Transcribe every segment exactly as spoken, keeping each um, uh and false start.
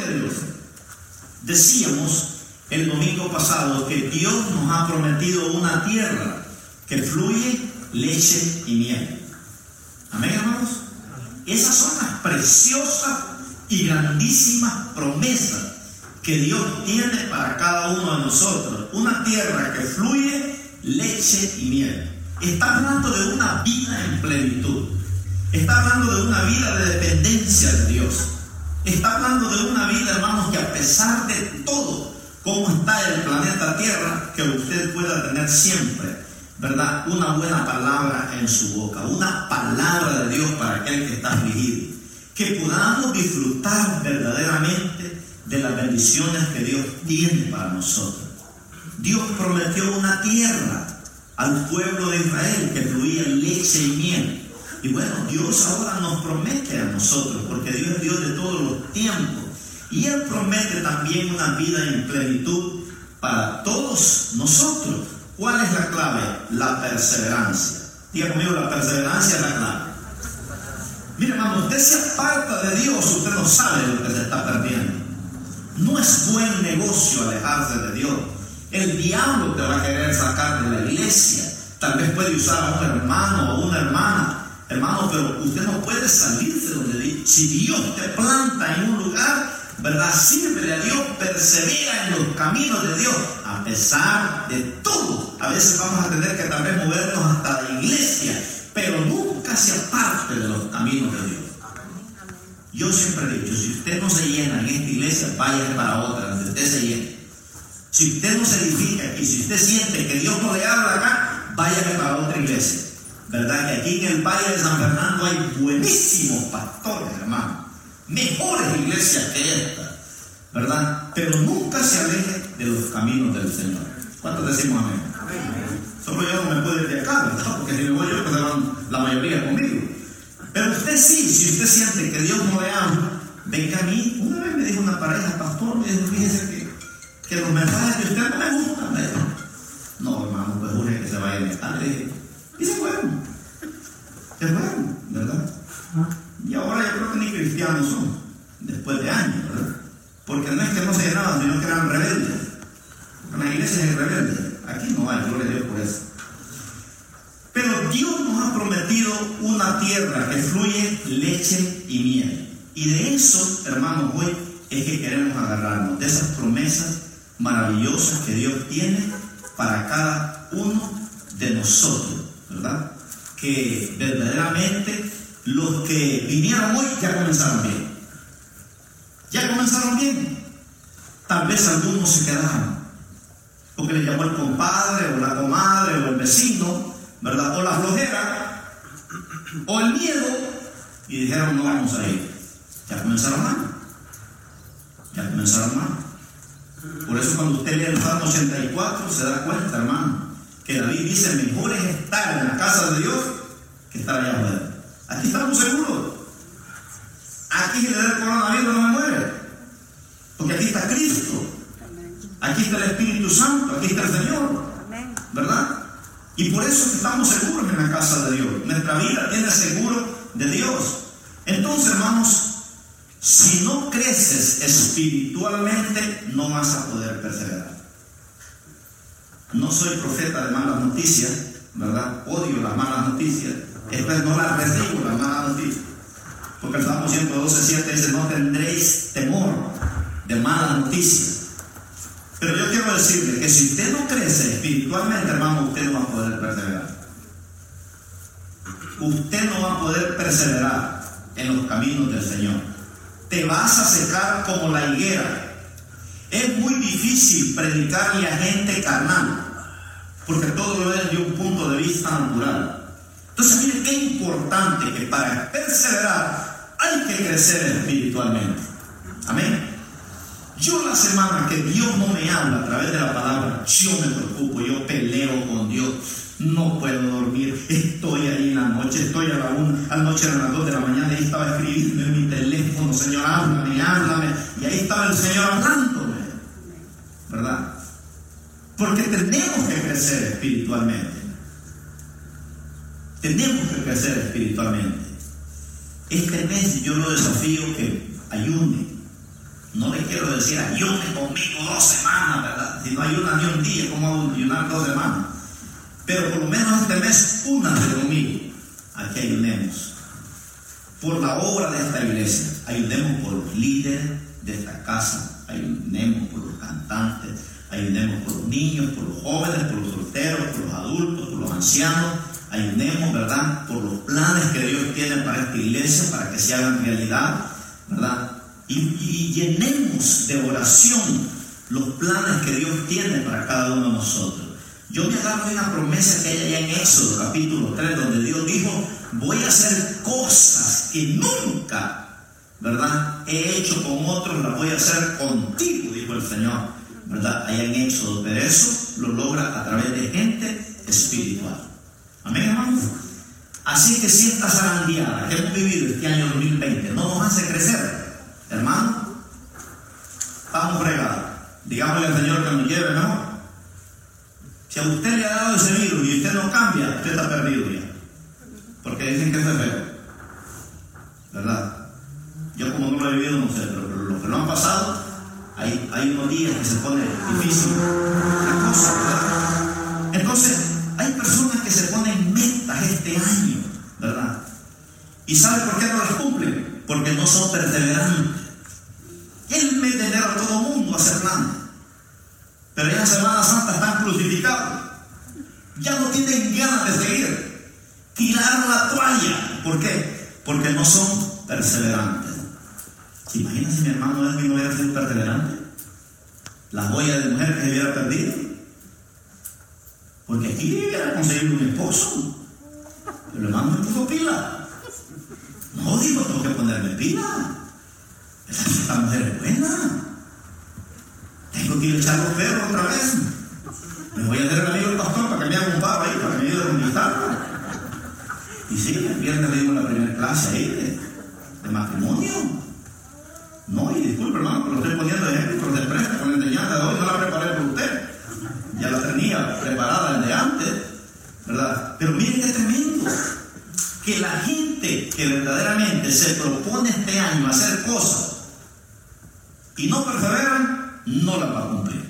Gloria a Dios. Decíamos el domingo pasado que Dios nos ha prometido una tierra que fluye leche y miel. Amén, hermanos. Esas son las preciosas y grandísimas promesas que Dios tiene para cada uno de nosotros. Una tierra que fluye leche y miel. Está hablando de una vida en plenitud. Está hablando de una vida de dependencia de Dios. Está hablando de una vida, hermanos, que a pesar de todo cómo está el planeta Tierra, que usted pueda tener siempre, ¿verdad?, una buena palabra en su boca, una palabra de Dios para aquel que está afligido, que podamos disfrutar verdaderamente de las bendiciones que Dios tiene para nosotros. Dios prometió una tierra al pueblo de Israel que fluía leche y miel. Y bueno, Dios ahora nos promete a nosotros, porque Dios es Dios de todos los tiempos, y Él promete también una vida en plenitud para todos nosotros. ¿Cuál es la clave? La perseverancia. Diga conmigo, la perseverancia es la clave. Mire, hermano, usted se aparta de Dios, usted no sabe lo que se está perdiendo. No es buen negocio alejarse de Dios. El diablo te va a querer sacar de la iglesia. Tal vez puede usar a un hermano o una hermana. Hermano, pero usted no puede salirse de donde Dios. Si Dios te planta en un lugar, ¿verdad?, sírvele a Dios, persevera en los caminos de Dios, a pesar de todo. A veces vamos a tener que tal vez movernos hasta la iglesia, pero nunca se aparte de los caminos de Dios. Yo siempre he dicho, si usted no se llena en esta iglesia, vaya para otra, donde usted se llene. Si usted no se edifica aquí, si usted siente que Dios no le habla acá, vaya para otra iglesia. ¿Verdad que aquí en el Valle de San Fernando hay buenísimos pastores, hermano? Mejores iglesias que esta, ¿verdad? Pero nunca se aleje de los caminos del Señor. ¿Cuántos decimos amén? Amén. Solo yo no me puedo ir de acá, ¿verdad? Porque si me voy yo, pues se van la mayoría conmigo. Pero usted sí, si usted siente que Dios no le ama, venga a mí. Una vez me dijo una pareja, pastor, me dijo, fíjese que, que los mensajes de usted no me gustan. Me dijo, no, hermano, pues jure que se vaya de acá. Le dije, y se fueron. Se fueron, ¿verdad? Y ahora yo creo que ni cristianos son, después de años, ¿verdad? Porque no es que no se llenaban, sino que eran rebeldes. Porque la iglesia es rebelde. Aquí no hay, gloria a Dios por eso. Pero Dios nos ha prometido una tierra que fluye leche y miel. Y de eso, hermanos, hoy es que queremos agarrarnos, de esas promesas maravillosas que Dios tiene para cada uno de nosotros, ¿verdad? Que verdaderamente los que vinieron hoy ya comenzaron bien. Ya comenzaron bien. Tal vez algunos se quedaron, porque le llamó el compadre, o la comadre, o el vecino, ¿verdad? O la flojera, o el miedo, y dijeron, no vamos a ir. Ya comenzaron mal. Ya comenzaron mal. Por eso cuando usted lee el Salmo ochenta y cuatro, se da cuenta, hermano, que David dice, mejor es estar en la casa de Dios que estar allá afuera. Aquí estamos seguros. Aquí si le da el coronavirus no me muere, porque aquí está Cristo, aquí está el Espíritu Santo, aquí está el Señor, ¿verdad? Y por eso estamos seguros en la casa de Dios. Nuestra vida tiene seguro de Dios. Entonces, hermanos, si no creces espiritualmente, no vas a poder perseverar. No soy profeta de malas noticias, ¿verdad? Odio las malas noticias. Estas no las recibo, las malas noticias. Porque el Salmo ciento doce, siete dice, no tendréis temor de malas noticias. Pero yo quiero decirle que si usted no crece espiritualmente, hermano, usted no va a poder perseverar. Usted no va a poder perseverar en los caminos del Señor. Te vas a secar como la higuera. Es muy difícil predicarle a gente carnal, porque todo lo es de un punto de vista natural. Entonces, mire qué importante que para perseverar hay que crecer espiritualmente. Amén. Yo la semana que Dios no me habla a través de la palabra, yo me preocupo, yo peleo con Dios. No puedo dormir, estoy ahí en la noche, estoy a la una, a la noche a las dos de la mañana y estaba escribiendo en mi teléfono, Señor, háblame, háblame. Y ahí estaba el Señor hablándome, ¿verdad? Porque tenemos que crecer espiritualmente. Tenemos que crecer espiritualmente. Este mes yo lo desafío que ayune, No le quiero decir ayune conmigo dos semanas, ¿verdad? Si no ayuna ni un día, ¿cómo hago ayunar dos semanas? Pero por lo menos este mes, únanse conmigo. Aquí ayunemos por la obra de esta iglesia. Ayunemos por los líderes de esta casa. Ayunemos por los cantantes. Ayunemos por los niños, por los jóvenes, por los solteros, por los adultos, por los ancianos. Ayunemos, ¿verdad? Por los planes que Dios tiene para esta iglesia, para que se hagan realidad, ¿verdad? Y, y llenemos de oración los planes que Dios tiene para cada uno de nosotros. Yo me agarro de una promesa que hay allá en Éxodo capítulo tres, donde Dios dijo: voy a hacer cosas que nunca, ¿verdad?, he hecho con otros, las voy a hacer contigo, dijo el Señor, ¿verdad?, allá en Éxodo. Pero eso lo logra a través de gente espiritual. Amén, hermanos. Así que si esta zarandeada que hemos vivido este año dos mil veinte no nos hace crecer, hermano, estamos fregados. Digámosle al Señor que nos lleve mejor. Si a usted le ha dado ese virus y usted no cambia, usted está perdido ya. Porque dicen que es feo, ¿verdad? Yo como no lo he vivido no sé, pero, pero los que lo han pasado, hay, hay unos días que se pone difícil la cosa, ¿verdad? Entonces, hay personas que se ponen metas este año, ¿verdad? ¿Y sabe por qué no las cumplen? Porque no son perseverantes. El mes de enero todo el mundo hace planes, pero ya en Semana Santa están crucificados. Ya no tienen ganas de seguir. Tiraron la toalla. ¿Por qué? Porque no son perseverantes. ¿Se imagina si mi hermano Edwin no hubiera sido perseverante? Las joyas de mujer que se hubiera perdido. Porque aquí hubiera conseguido un esposo. Pero el hermano me puso pila. No, digo, tengo que ponerme pila. Esta mujer es buena. Tengo que ir a echar los perros otra vez. Me voy a hacer el amigo del pastor para que me haga un paro ahí, para que me ayude a conquistarla. Y sí, el viernes le dimos la primera clase ahí de, de matrimonio. No, y disculpe, hermano, pero lo estoy poniendo de ejemplo, pero se presta con la enseñanza de hoy, no la preparé por usted. Ya la tenía preparada desde antes, ¿verdad? Pero miren qué tremendo. Que la gente que verdaderamente se propone este año hacer cosas y no perseveran, no las va a cumplir.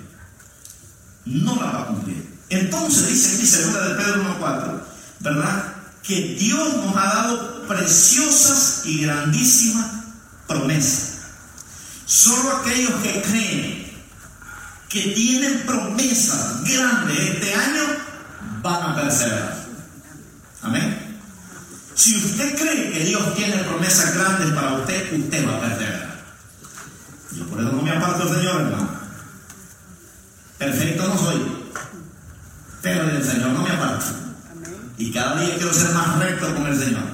No las va a cumplir. Entonces dice aquí segunda de Pedro uno cuatro, ¿verdad?, que Dios nos ha dado preciosas y grandísimas promesas. Solo aquellos que creen que tienen promesas grandes este año van a perseverar. Amén. Si usted cree que Dios tiene promesas grandes para usted, usted va a perseverar. Yo por eso no me aparto del Señor, hermano. Perfecto no soy, pero del Señor no me aparto. Y cada día quiero ser más recto con el Señor.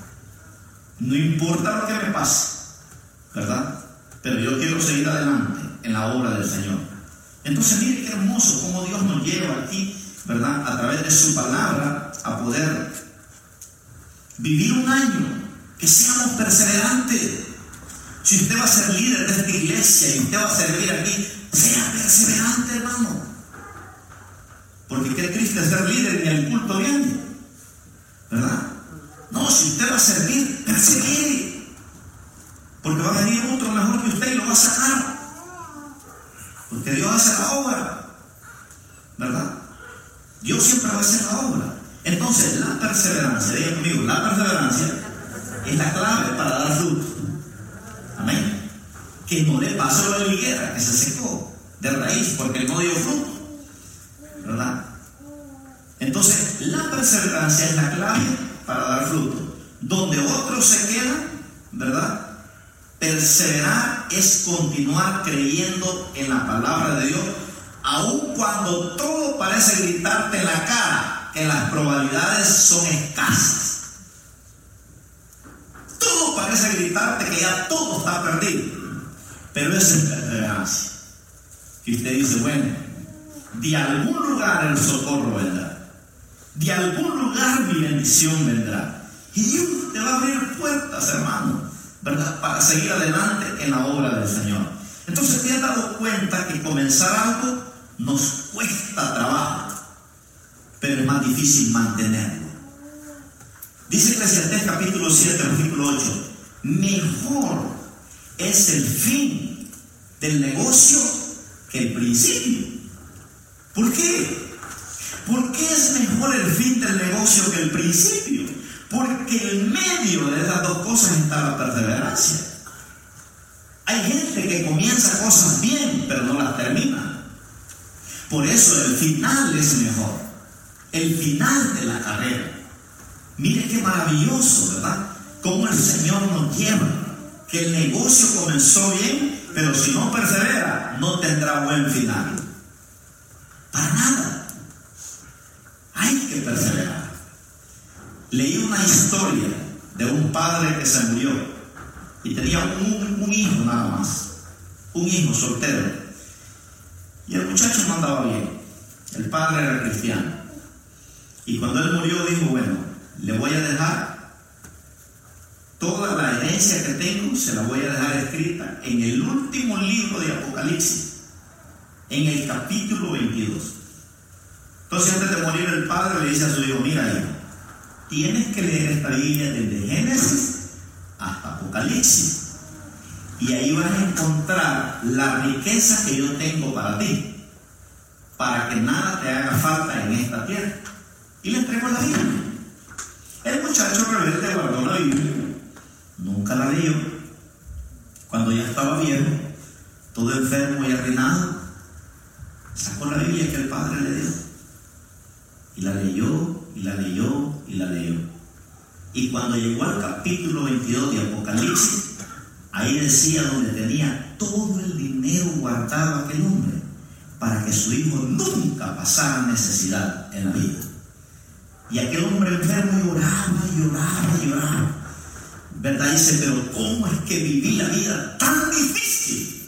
No importa lo que me pase, ¿verdad? Pero yo quiero seguir adelante en la obra del Señor. Entonces mire qué hermoso cómo Dios nos lleva aquí, ¿verdad?, a través de su palabra a poder vivir un año que seamos perseverantes. Si usted va a ser líder de esta iglesia y usted va a servir aquí, sea perseverante, hermano. Porque qué triste ser líder y el culto viene, ¿verdad? No, si usted va a servir, persevere. Porque va a venir otro mejor que usted y lo va a sacar. Porque Dios hace la obra, ¿verdad? Dios siempre va a hacer la obra. Entonces, la perseverancia, diga conmigo, la perseverancia es la clave para dar fruto. Amén. Que no le pase lo de la higuera, que se secó de raíz porque no dio fruto, ¿verdad? Entonces, la perseverancia es la clave para dar fruto. Donde otros se quedan, ¿verdad? Perseverar es continuar creyendo en la palabra de Dios, aun cuando todo parece gritarte en la cara que las probabilidades son escasas. Todo parece gritarte que ya todo está perdido. Pero esa es perseverancia. Que usted dice, bueno, de algún lugar el socorro vendrá. De algún lugar mi bendición vendrá. Y Dios te va a abrir puertas, hermano, ¿verdad?, para seguir adelante en la obra del Señor. Entonces te has dado cuenta que comenzar algo nos cuesta trabajo, pero es más difícil mantenerlo. Dice Eclesiastés capítulo siete, versículo ocho, mejor es el fin del negocio que el principio. ¿Por qué? ¿Por qué es mejor el fin del negocio que el principio? Porque en medio de esas dos cosas está la perseverancia. Hay gente que comienza cosas bien, pero no las termina. Por eso el final es mejor. El final de la carrera. Mire qué maravilloso, ¿verdad? Cómo el Señor nos lleva. Que el negocio comenzó bien, pero si no persevera, no tendrá buen final. Para nada. Hay que perseverar. Leí una historia de un padre que se murió y tenía un, un hijo nada más, un hijo soltero, y el muchacho no andaba bien. El padre era cristiano y cuando él murió dijo: bueno, le voy a dejar toda la herencia que tengo, se la voy a dejar escrita en el último libro de Apocalipsis, en el capítulo veintidós. Entonces, antes de morir, el padre le dice a su hijo: mira, hijo, tienes que leer esta Biblia desde Génesis hasta Apocalipsis, y ahí vas a encontrar la riqueza que yo tengo para ti, para que nada te haga falta en esta tierra. Y le entregó la Biblia. El muchacho rebelde guardó la Biblia, nunca la leyó. Cuando ya estaba viejo, todo enfermo y arruinado, sacó la Biblia que el padre le dio y la leyó, y la leyó, y la leyó. Y cuando llegó al capítulo veintidós de Apocalipsis, ahí decía donde tenía todo el dinero guardado aquel hombre, para que su hijo nunca pasara necesidad en la vida. Y aquel hombre enfermo lloraba, lloraba, lloraba, ¿verdad? Dice: pero ¿cómo es que viví la vida tan difícil,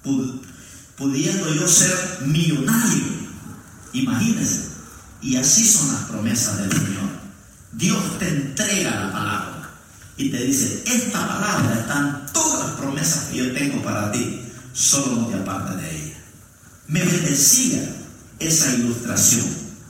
pudiendo yo ser millonario? Imagínense. Y así son las promesas del Señor. Dios te entrega la palabra y te dice: esta palabra están todas las promesas que yo tengo para ti, solo no te apartes de ella. Me bendecía esa ilustración.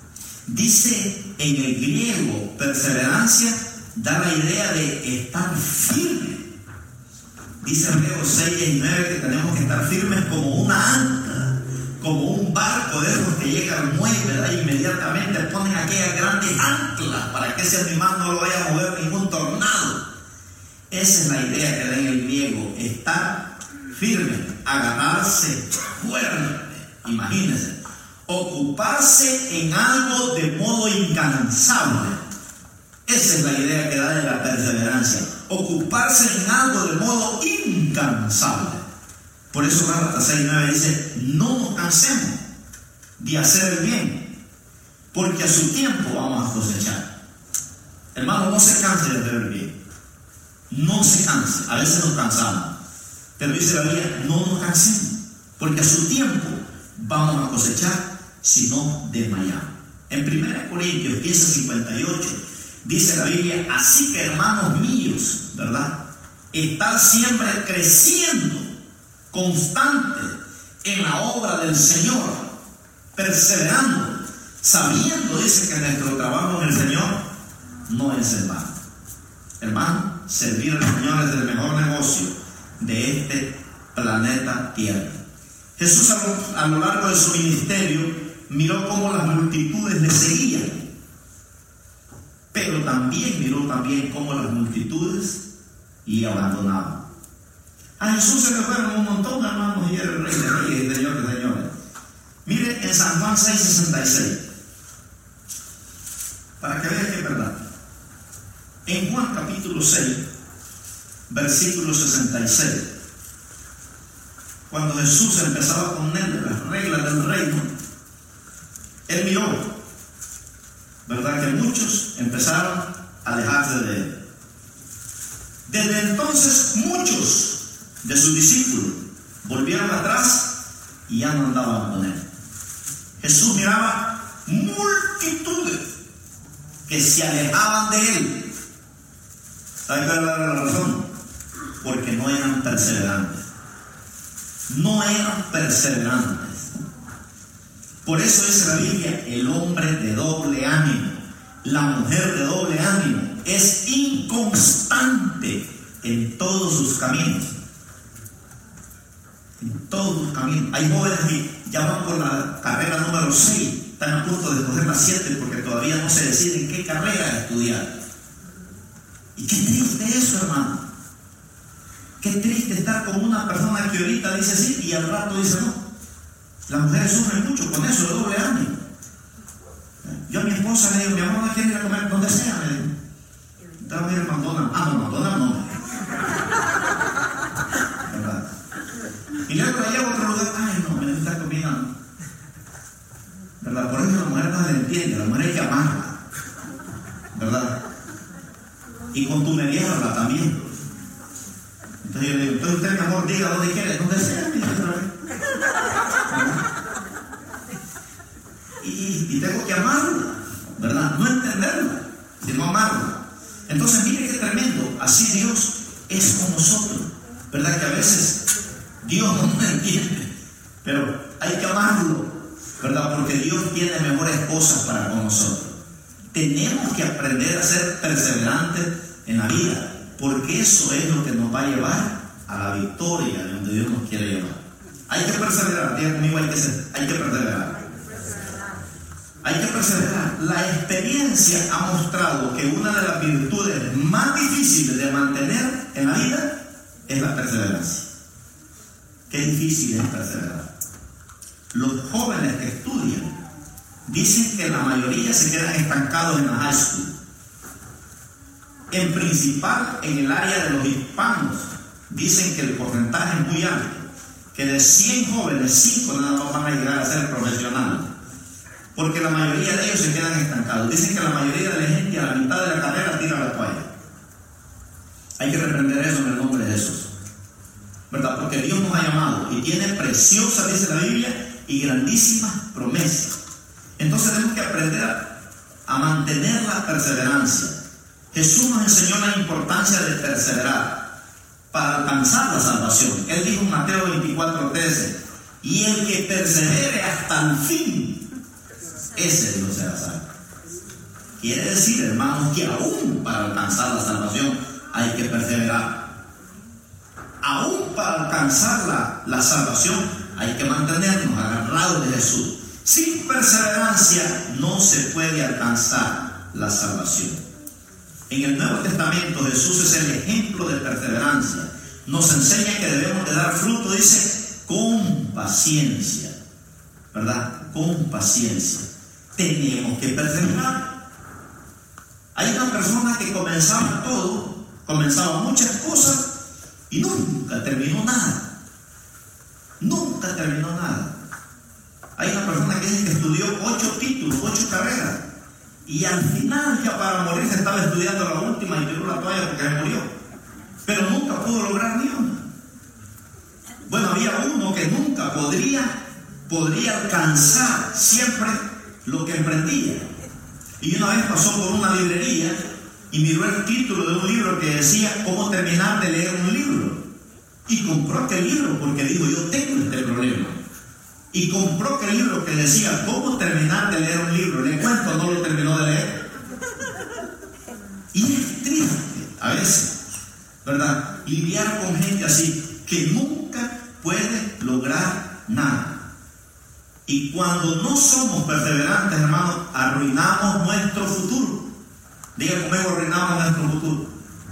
Dice en el griego, perseverancia da la idea de estar firme. Dice Hebreos seis diecinueve que tenemos que estar firmes como una ancla, como un barco de esos que llega al muelle, ¿verdad? Inmediatamente ponen aquellas grandes anclas para que ese animal no lo vaya a mover ningún tornado. Esa es la idea que da en el griego: estar firme, agarrarse fuerte. Imagínense, ocuparse en algo de modo incansable. Esa es la idea que da de la perseverancia: ocuparse en algo de modo incansable. Por eso Gálatas seis nueve dice: no nos cansemos de hacer el bien, porque a su tiempo vamos a cosechar. Hermano, no se canse de hacer el bien. No se canse. A veces nos cansamos, pero dice la Biblia: no nos cansemos, porque a su tiempo vamos a cosechar si no desmayamos. En primera Corintios quince cincuenta y ocho dice la Biblia: así que, hermanos míos, ¿verdad?, estar siempre creciendo, constante en la obra del Señor, perseverando, sabiendo, dice, que nuestro trabajo en el Señor no es en vano. Hermano, servir al Señor es el mejor negocio de este planeta Tierra. Jesús, a lo, a lo largo de su ministerio, miró cómo las multitudes le seguían, pero también miró también cómo las multitudes le abandonaban. A Jesús se le fueron un montón de hermanos y era el rey de reyes y señor de señores. Mire en San Juan seis sesenta y seis, para que vean que es verdad. En Juan capítulo seis, versículo sesenta y seis, cuando Jesús empezaba a poner las reglas del reino, él miró, ¿verdad?, que muchos empezaron a alejarse de él. Desde entonces muchos de sus discípulos volvieron atrás y ya no andaban con él. Jesús miraba multitudes que se alejaban de él. ¿Sabe cuál era la razón? Porque no eran perseverantes. No eran perseverantes. Por eso dice la Biblia: el hombre de doble ánimo, la mujer de doble ánimo, es inconstante en todos sus caminos. En todos los caminos. Hay jóvenes que ya van por la carrera número seis, están a punto de escoger la siete porque todavía no se deciden qué carrera estudiar. Y qué triste eso, hermano. Qué triste estar con una persona que ahorita dice sí y al rato dice no. Las mujeres sufren mucho con eso, de doble ánimo. Yo a mi esposa le digo, mi amor, ¿no quiere ir a comer donde sea? Me digo, tengo que ir a McDonald's. Ah, no, McDonald's no. ¿Verdad? Y luego la llevo a otro lugar. Ay, no, me necesita comida. No. ¿Verdad? Por eso la mujer no se le entiende. La mujer hay que amarla. ¿Verdad? Y contumellarla también. Entonces yo le digo, entonces usted, mi amor, diga donde quiere, donde sea. Y, y tengo que amarla, ¿verdad? No entenderla, sino amarla. Entonces, mire qué tremendo. Así Dios es con nosotros, ¿verdad? Que a veces Dios no nos entiende, pero hay que amarlo, ¿verdad? Porque Dios tiene mejores cosas para con nosotros. Tenemos que aprender a ser perseverantes en la vida, porque eso es lo que nos va a llevar a la victoria de donde Dios nos quiere llevar. Hay que perseverar, diga conmigo, hay que, ser, hay que perseverar. Hay que perseverar. La experiencia ha mostrado que una de las virtudes más difíciles de mantener en la vida es la perseverancia. Qué difícil es perseverar. Los jóvenes que estudian dicen que la mayoría se quedan estancados en la high school. En principal, en el área de los hispanos, dicen que el porcentaje es muy alto, que de cien jóvenes, cinco nada más van a llegar a ser profesionales, porque la mayoría de ellos se quedan estancados. Dicen que la mayoría de la gente a la mitad de la carrera tira la toalla. Hay que reprender eso en el nombre de Jesús, ¿verdad? Porque Dios nos ha llamado y tiene preciosas, dice la Biblia, y grandísimas promesas. Entonces tenemos que aprender a, a mantener la perseverancia. Jesús nos enseñó la importancia de perseverar para alcanzar la salvación. Él dijo en Mateo veinticuatro trece, y el que persevere hasta el fin, ese Dios será salvo. Quiere decir, hermanos, que aún para alcanzar la salvación hay que perseverar. Aún para alcanzar la, la salvación hay que mantenernos agarrados de Jesús. Sin perseverancia no se puede alcanzar la salvación. En el Nuevo Testamento Jesús es el ejemplo de perseverancia. Nos enseña que debemos de dar fruto, dice, con paciencia, ¿verdad? Con paciencia. Tenemos que perseverar. Hay una persona que comenzaba todo, comenzaba muchas cosas y nunca terminó nada. Nunca terminó nada. Hay una persona que dice que estudió ocho títulos, ocho carreras, y al final, ya para morir, se estaba estudiando la última y tiró la toalla porque se murió. Pero nunca pudo lograr ni una. Bueno, había uno que nunca podría, podría alcanzar siempre lo que emprendía. Y una vez pasó por una librería y miró el título de un libro que decía cómo terminar de leer un libro. Y compró aquel libro porque dijo, yo tengo este problema. Y compró aquel libro que decía cómo terminar de leer un libro. Le cuento, no lo terminó de leer. Y es triste a veces, ¿verdad? Lidiar con gente así que nunca puede lograr nada. Y cuando no somos perseverantes, hermanos, arruinamos nuestro futuro. Diga conmigo, arruinamos nuestro futuro.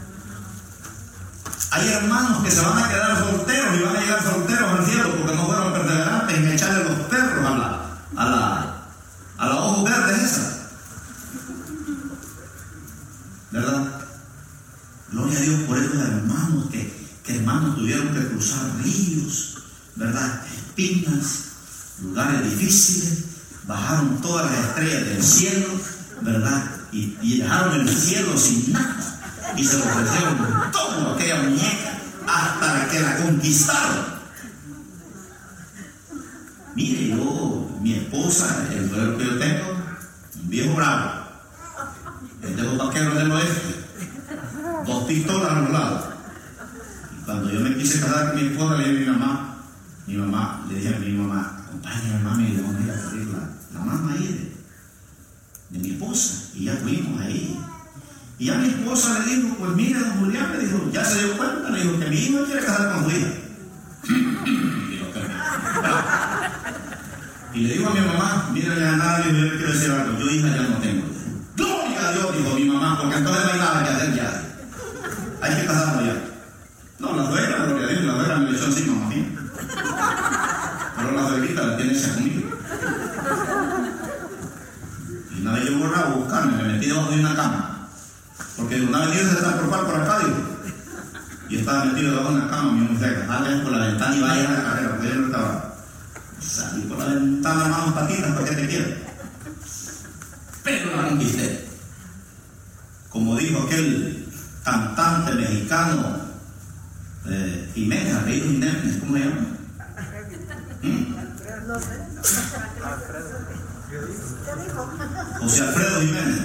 Hay hermanos que se van a quedar solteros y van a llegar solteros al cielo porque no fueron perseverantes en echarle los perros a la, a la, a la ojos verdes esa. ¿Verdad? Gloria a Dios por esos hermanos que, que hermanos tuvieron que cruzar ríos, ¿verdad? Espinas, lugares difíciles, bajaron todas las estrellas del cielo, ¿verdad? Y, y dejaron el cielo sin nada. Y se ofrecieron todo aquella muñeca hasta que la conquistaron. Mire, yo, mi esposa, el duelo que yo tengo, un viejo bravo. Yo tengo vaqueros del oeste, dos pistolas a los lados. Y cuando yo me quise casar con mi esposa, le dije a mi mamá, mi mamá, le dije a mi mamá, acompáñame, mami, le vamos a ir a salir la, la mamá ahí de, de mi esposa. Y ya fuimos ahí. Y a mi esposa le dijo, pues mire, don Julián, le dijo, ya se dio cuenta, le dijo que mi hijo quiere casar con su hija. Y yo, Y le digo a mi mamá, mira, ya nadie, yo le quiero decir algo, yo hija ya no tengo. Gloria a Dios, dijo mi mamá, porque entonces no hay nada que hacer ya. Hay que casarlo ya. No, la suegra, gloria a Dios, la suegra me le echó encima a mí. Pero la suegrita la tiene hecha conmigo. Y una vez yo borré a buscarme, me metí debajo de una cama. Porque una vez Dios se está por por acá, digo. Y estaba metido debajo de una cama, mi mujer, salgan por la ventana y vayan a la carrera, porque yo no estaba. Salí por la ventana, hermanos, patitas, ¿para qué te quiero? Pero la conquisté. Como dijo aquel cantante mexicano, eh, Jiménez, Alfredo Jiménez, ¿cómo se llama? ¿Mm? José Alfredo Jiménez.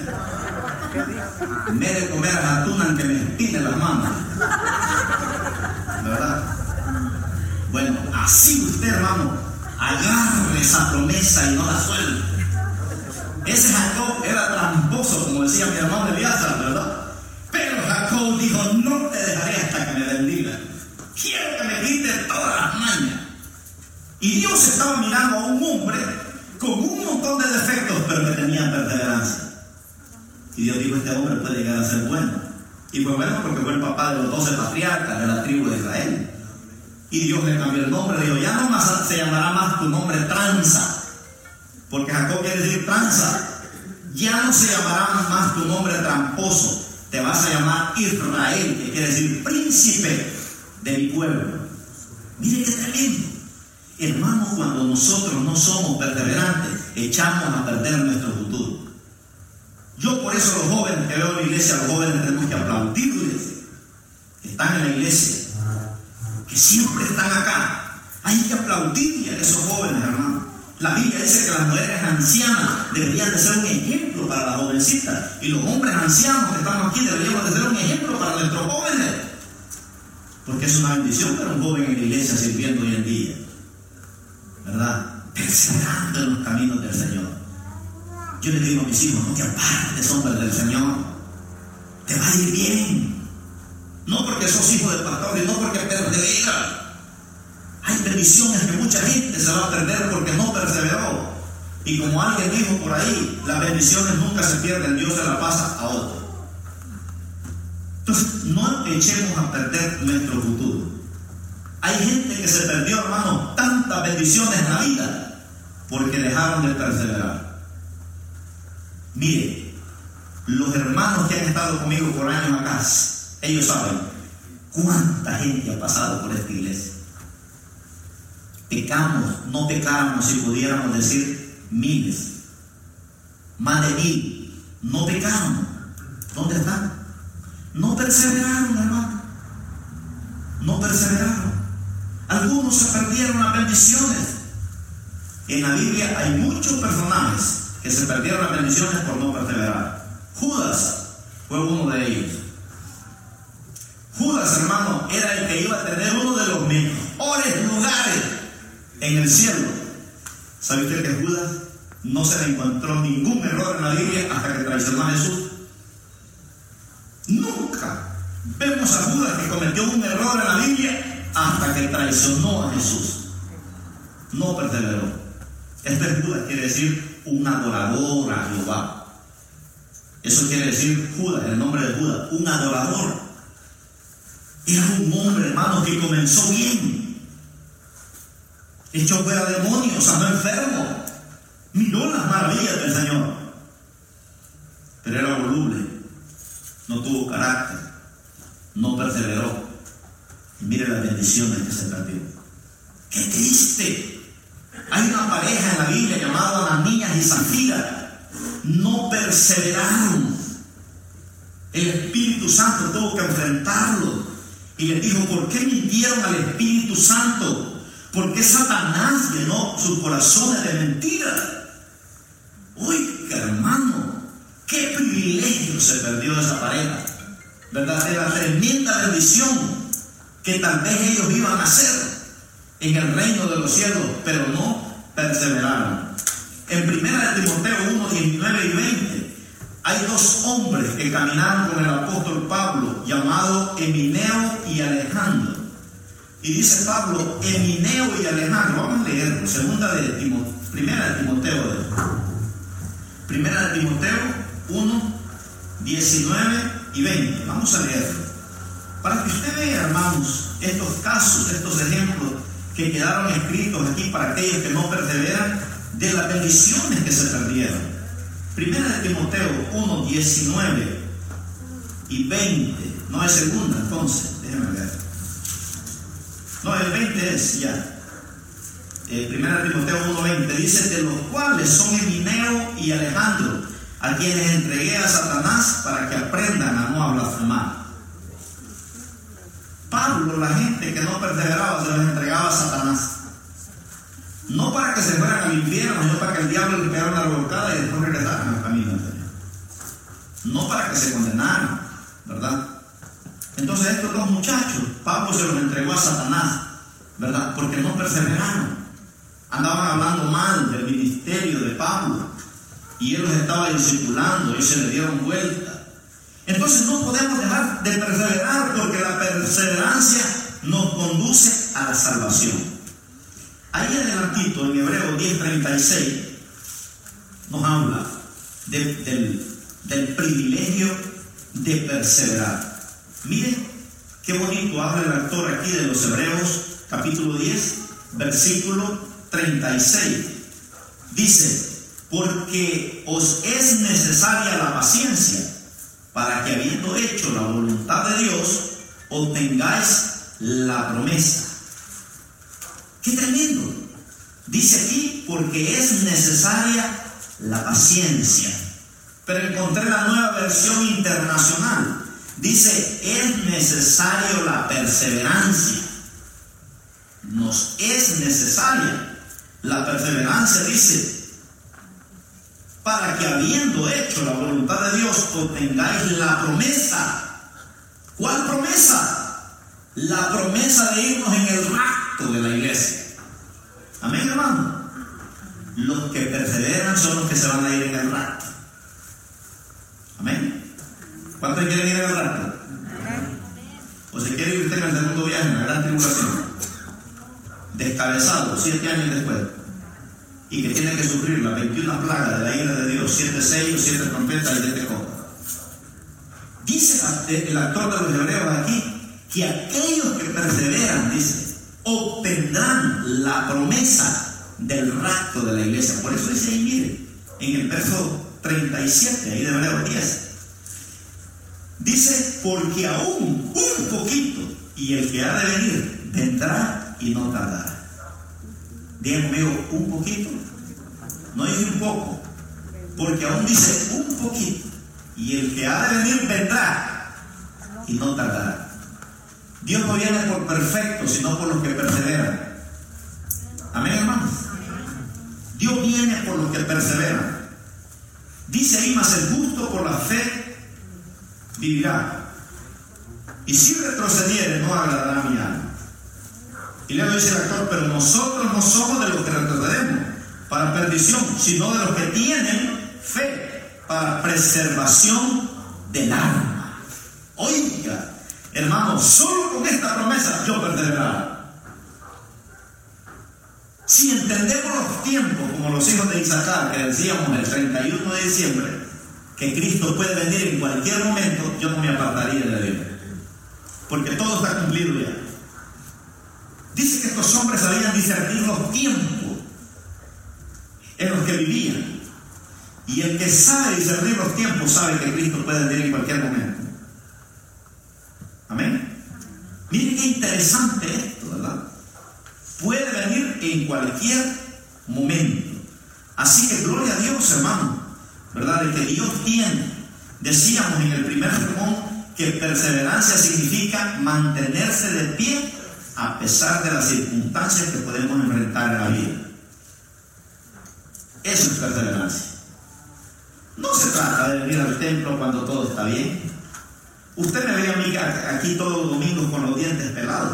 Me de comer a Jatunan que me espine las manos. ¿Verdad? Bueno, así usted, hermano, agarre esa promesa y no la suelte. Ese Jacob era tramposo, como decía mi hermano Elías, ¿verdad? Pero Jacob dijo, no te dejaré hasta que me bendiga. Quiero que me quites todas las mañas. Y Dios estaba mirando a un hombre con un montón de defectos, pero que tenía perseverancia. Y Dios dijo, este hombre puede llegar a ser bueno. Y fue bueno porque fue el papá de los doce patriarcas de la tribu de Israel. Y Dios le cambió el nombre, dijo, ya no más se llamará más tu nombre Tranza. Porque Jacob quiere decir tranza. Ya no se llamará más tu nombre tramposo. Te vas a llamar Israel, que quiere decir príncipe de mi pueblo. Mire qué tremendo. Hermanos, cuando nosotros no somos perseverantes, echamos a perder nuestro futuro. Yo por eso los jóvenes que veo en la iglesia, los jóvenes tenemos que aplaudirles, que están en la iglesia, que siempre están acá. Hay que aplaudirle a esos jóvenes, hermanos. La Biblia dice que las mujeres ancianas deberían de ser un ejemplo para las jovencitas, y los hombres ancianos que estamos aquí deberíamos de ser un ejemplo para nuestros jóvenes, porque es una bendición ver a un joven en la iglesia sirviendo hoy en día, ¿verdad? Perseverando en los caminos del Señor. Yo les digo a mis hijos, no te apartes, hombre, del Señor, te va a ir bien, no porque sos hijo del pastor y no porque perseveras. Hay bendiciones que mucha gente se va a perder porque no perseveró. Y como alguien dijo por ahí, las bendiciones nunca se pierden, Dios se la pasa a otro. Entonces, no echemos a perder nuestro futuro. Hay gente que se perdió, hermano, tantas bendiciones en la vida porque dejaron de perseverar. Mire, los hermanos que han estado conmigo por años acá, ellos saben cuánta gente ha pasado por esta iglesia. Pecamos, no pecáramos, si pudiéramos decir miles, más de mil, no pecamos. ¿Dónde están? No perseveraron, hermano, no perseveraron. Algunos se perdieron las bendiciones. En la Biblia hay muchos personajes que se perdieron las bendiciones por no perseverar. Judas fue uno de ellos. Judas, hermano, era el que iba a tener uno de los mejores lugares en el cielo. ¿Sabe usted que Judas no se le encontró ningún error en la Biblia hasta que traicionó a Jesús? Nunca vemos a Judas que cometió un error en la Biblia hasta que traicionó a Jesús. No perseveró. Este Judas quiere decir un adorador a Jehová. Eso quiere decir Judas, el nombre de Judas, un adorador. Era un hombre, hermano, que comenzó bien. Echó fuera demonios, sanó enfermos, miró las maravillas del Señor. Pero era voluble, no tuvo carácter, no perseveró. Y mire las bendiciones que se perdió. ¡Qué triste! Hay una pareja en la Biblia llamada Ananías y Zafira. No perseveraron. El Espíritu Santo tuvo que enfrentarlo y les dijo, ¿por qué mintieron al Espíritu Santo? ¿Por qué Satanás llenó sus corazones de mentira? Oiga, hermano, qué privilegio se perdió de esa pareja, ¿verdad? De la tremenda bendición que tal vez ellos iban a hacer en el reino de los cielos, pero no perseveraron. En primera de Timoteo uno, diecinueve y veinte, hay dos hombres que caminaron con el apóstol Pablo, llamados Emineo y Alejandro. Y dice Pablo, Emineo y Alejandro, vamos a leerlo, segunda de Timoteo, primera de Timoteo, primera de Timoteo uno, diecinueve y veinte, vamos a leerlo, para que usted vea, hermanos, estos casos, estos ejemplos que quedaron escritos aquí para aquellos que no perseveran, de las bendiciones que se perdieron. Primera de Timoteo uno, diecinueve y veinte, no es segunda, entonces, déjenme ver. No, el veinte es ya. Eh, Primera Timoteo uno veinte dice, de los cuales son Emineo y Alejandro, a quienes entregué a Satanás para que aprendan a no blasfemar. Pablo, la gente que no perseveraba, se los entregaba a Satanás. No para que se fueran al infierno, sino para que el diablo les pegara una revolcada y después regresaran al camino del Señor. No para que se condenaran, ¿verdad? Entonces estos dos muchachos, Pablo se los entregó a Satanás, ¿verdad? Porque no perseveraron. Andaban hablando mal del ministerio de Pablo y él los estaba discipulando y se le dieron vuelta. Entonces no podemos dejar de perseverar, porque la perseverancia nos conduce a la salvación. Ahí adelantito en Hebreos diez treinta y seis nos habla de, del, del privilegio de perseverar. Miren qué bonito habla el autor aquí de los Hebreos, capítulo diez, versículo treinta y seis. Dice, porque os es necesaria la paciencia, para que habiendo hecho la voluntad de Dios, obtengáis la promesa. ¡Qué tremendo! Dice aquí, porque es necesaria la paciencia. Pero encontré la nueva versión internacional. Dice, es necesario la perseverancia. Nos es necesaria la perseverancia, dice, para que habiendo hecho la voluntad de Dios, obtengáis la promesa. ¿Cuál promesa? La promesa de irnos en el rapto de la iglesia. Amén, hermano. Los que perseveran son los que se van a ir en el rapto. Amén. ¿Cuántos quieren ir al rapto? ¿O se quiere ir usted en el segundo viaje, en la gran tribulación? Descabezado, siete años después. Y que tiene que sufrir las veintiuna plagas de la ira de Dios, siete sellos, siete trompetas y siete copas. Dice el autor de los Hebreos aquí, que aquellos que perseveran, dice, obtendrán la promesa del rapto de la iglesia. Por eso dice ahí, mire, en el verso treinta y siete, ahí de Hebreos diez. Dice, porque aún un poquito, y el que ha de venir vendrá y no tardará. Digan conmigo, un poquito. No dice un poco, porque aún dice un poquito, y el que ha de venir vendrá y no tardará. Dios no viene por perfecto, sino por los que perseveran. Amén, hermanos. Dios viene por los que perseveran. Dice ahí, mas el justo por la fe vivirá, y si retrocediere no agradará a mi alma. Y luego dice el autor, pero nosotros no somos de los que retrocedemos para perdición, sino de los que tienen fe para preservación del alma. Oiga, hermano, solo con esta promesa yo perseveraré. Si entendemos los tiempos como los hijos de Isaacar, que decíamos el treinta y uno de diciembre, que Cristo puede venir en cualquier momento, yo no me apartaría de Dios, porque todo está cumplido ya. Dice que estos hombres habían discernido los tiempos en los que vivían, y el que sabe discernir los tiempos sabe que Cristo puede venir en cualquier momento. Amén. Miren qué interesante esto, ¿verdad? Puede venir en cualquier momento. Así que gloria a Dios, hermano, ¿verdad? De que Dios tiene. Decíamos en el primer sermón que perseverancia significa mantenerse de pie a pesar de las circunstancias que podemos enfrentar en la vida. Eso es perseverancia. No se trata de venir al templo cuando todo está bien. Usted me ve a mí aquí todos los domingos con los dientes pelados,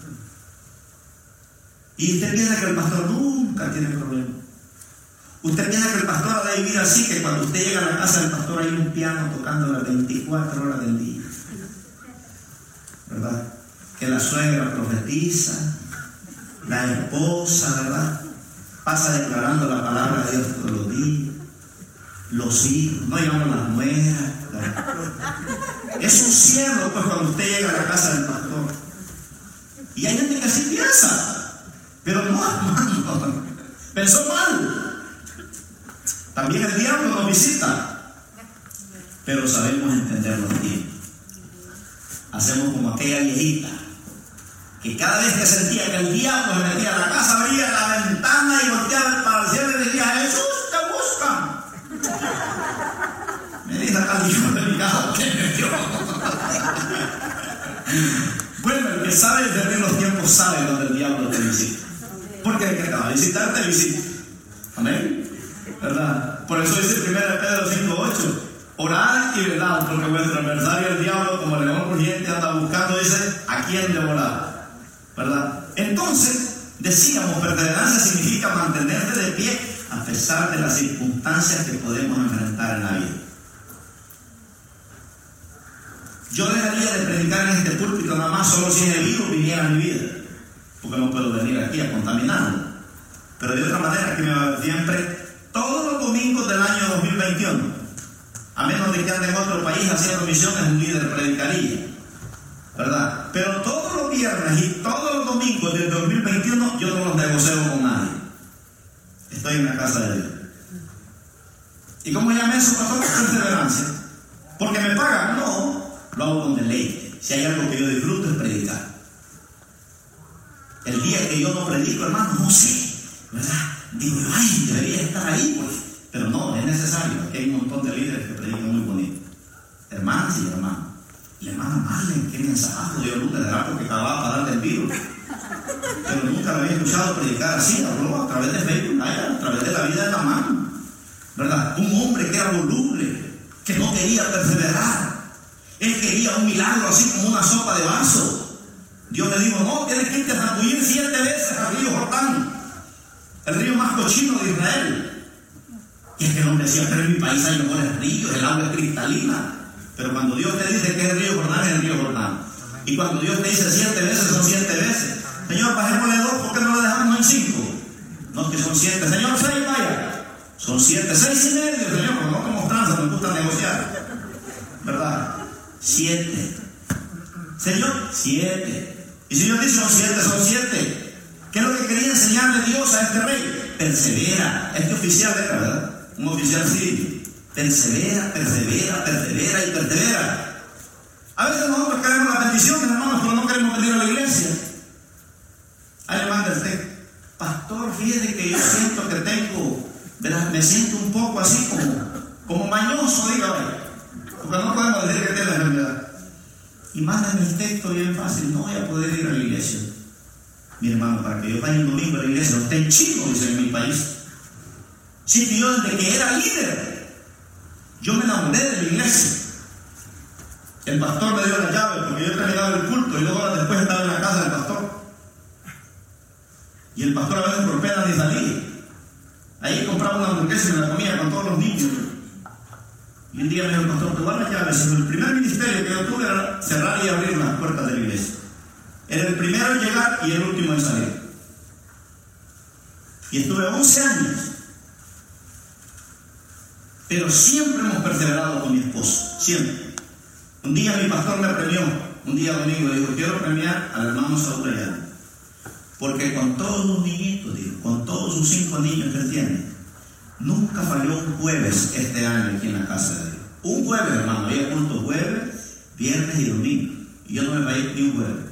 y usted piensa que el pastor nunca tiene problema. Usted piensa que el pastor ha de vivir así, que cuando usted llega a la casa del pastor hay un piano tocando las veinticuatro horas del día, ¿verdad? que la suegra profetiza, la esposa, ¿verdad?, pasa declarando la palabra de Dios todos los días, los hijos, no llamamos las nueras, ¿verdad? Es un cielo, pues, cuando usted llega a la casa del pastor. Y hay gente que así piensa, pero no, hermano, pensó mal. También el diablo nos visita, pero sabemos entender los tiempos. Hacemos como aquella viejita que cada vez que sentía que el diablo se metía a la casa, abría la ventana y volteaba para el cielo y decía: Jesús, te buscan. Me dice acá el hijo de mi casa, ¿qué me dio? Bueno, el que sabe discernir los tiempos sabe donde el diablo te visita. Porque el que te va a visitar te visita. Amén, ¿verdad? Por eso dice primero Pedro cinco ocho: orad y velad, porque vuestro adversario el diablo, como el león rugiente, anda buscando, dice, a quién devorar, ¿verdad? Entonces, decíamos, perseverancia significa mantenerse de pie a pesar de las circunstancias que podemos enfrentar en la vida. Yo dejaría de predicar en este púlpito nada más solo si el virus viniera a mi vida, porque no puedo venir aquí a contaminarlo. Pero de otra manera, que me va siempre, todos los domingos del año dos mil veintiuno, a menos de que ande en otro país haciendo misiones, un líder predicaría, ¿verdad? Pero todos los viernes y todos los domingos del dos mil veintiuno yo no los negocio con nadie. Estoy en la casa de Dios. ¿Y cómo llamé eso, pastor? Perseverancia. ¿Porque me pagan? No, lo hago con deleite. Si hay algo que yo disfruto es predicar. El día que yo no predico, hermano, no sé, ¿verdad? Digo, ay, debería estar ahí, pues. Pero no, es necesario. Aquí hay un montón de líderes que predican muy bonito. Hermanas y hermanos. Y la hermana Marlene, qué mensaje dio luz de algo que acababa para darle el virus. Pero nunca lo había escuchado predicar así, habló a través de Facebook, a través de la vida de la mano, ¿verdad? Un hombre que era voluble, que no quería perseverar. Él quería un milagro así como una sopa de vaso. Dios le dijo: no, tienes que irte a zambullir siete veces al río Jordán, el río más cochino de Israel. Y es que el hombre decía: pero en mi país hay mejores ríos, el agua es cristalina. Pero cuando Dios te dice que es el río Jordán, es el río Jordán. Y cuando Dios te dice siete veces, son siete veces. Señor, bajémosle dos, ¿por qué no lo dejamos en cinco? No, que son siete. Señor, seis, vaya. Son siete, seis y medio, Señor, porque no como tranza, me gusta negociar, ¿verdad? Siete. Señor, siete. Y si Dios dice son siete, son siete. ¿Qué es lo que quería enseñarle Dios a este rey? Persevera. Este oficial era, ¿verdad? Un oficial civil. Persevera, persevera, persevera y persevera. A veces nosotros queremos las bendiciones, hermanos, pero no queremos venir a la iglesia. Ahí le manda el texto: pastor, fíjese que yo siento que tengo, ¿verdad? Me siento un poco así como, como mañoso, dígame, porque no podemos decir que tiene la enfermedad. Y mandan el texto bien fácil: no voy a poder ir a la iglesia. Mi hermano, para que yo vaya el domingo a la iglesia, usted en chino, dice en mi país. Sí, que yo desde que era líder, yo me enamoré de la iglesia. El pastor me dio la llave porque yo terminaba el culto y dos horas después estaba en la casa del pastor. Y el pastor a veces por pena ni salía. Ahí compraba una hamburguesa y me la comía con todos los niños. Y un día me dijo el pastor: te voy a dar las llaves. El primer ministerio que yo tuve era cerrar y abrir las puertas de la iglesia. Era el primero en llegar y el último en salir. Y estuve once años. Pero siempre hemos perseverado con mi esposo, siempre. Un día mi pastor me premió, un día domingo, dijo: quiero premiar al hermano Saúl Ayala, porque con todos los niñitos, dijo, con todos sus cinco niños que él tiene, nunca falló un jueves este año aquí en la casa de Dios. Un jueves, hermano, había culto jueves, viernes y domingo, y yo no me fallé ni un jueves.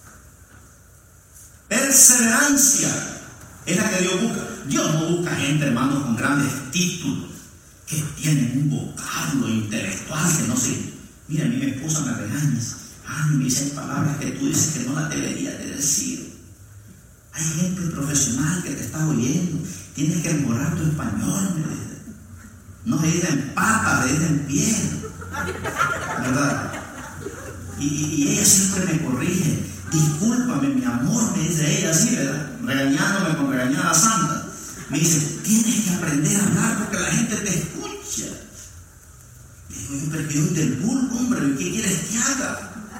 Perseverancia es la que Dios busca. Dios no busca gente, hermanos, con grandes títulos, que tienen un vocablo intelectual que no sé. Mira, a mí mi esposa me regaña. Ah, me dicen palabras que tú dices que no las deberías de decir. Hay gente profesional que te está oyendo. Tienes que mejorar tu español, me dice. No se dicen patas, se dicen pie, ¿verdad? Y, y ella siempre me corrige. Discúlpame, mi amor, me dice ella así, ¿verdad? Regañándome con regañada santa. Me dice: tienes que aprender a hablar porque la gente te escucha. Digo yo: pero yo soy del vulgo, hombre, ¿qué quieres que haga?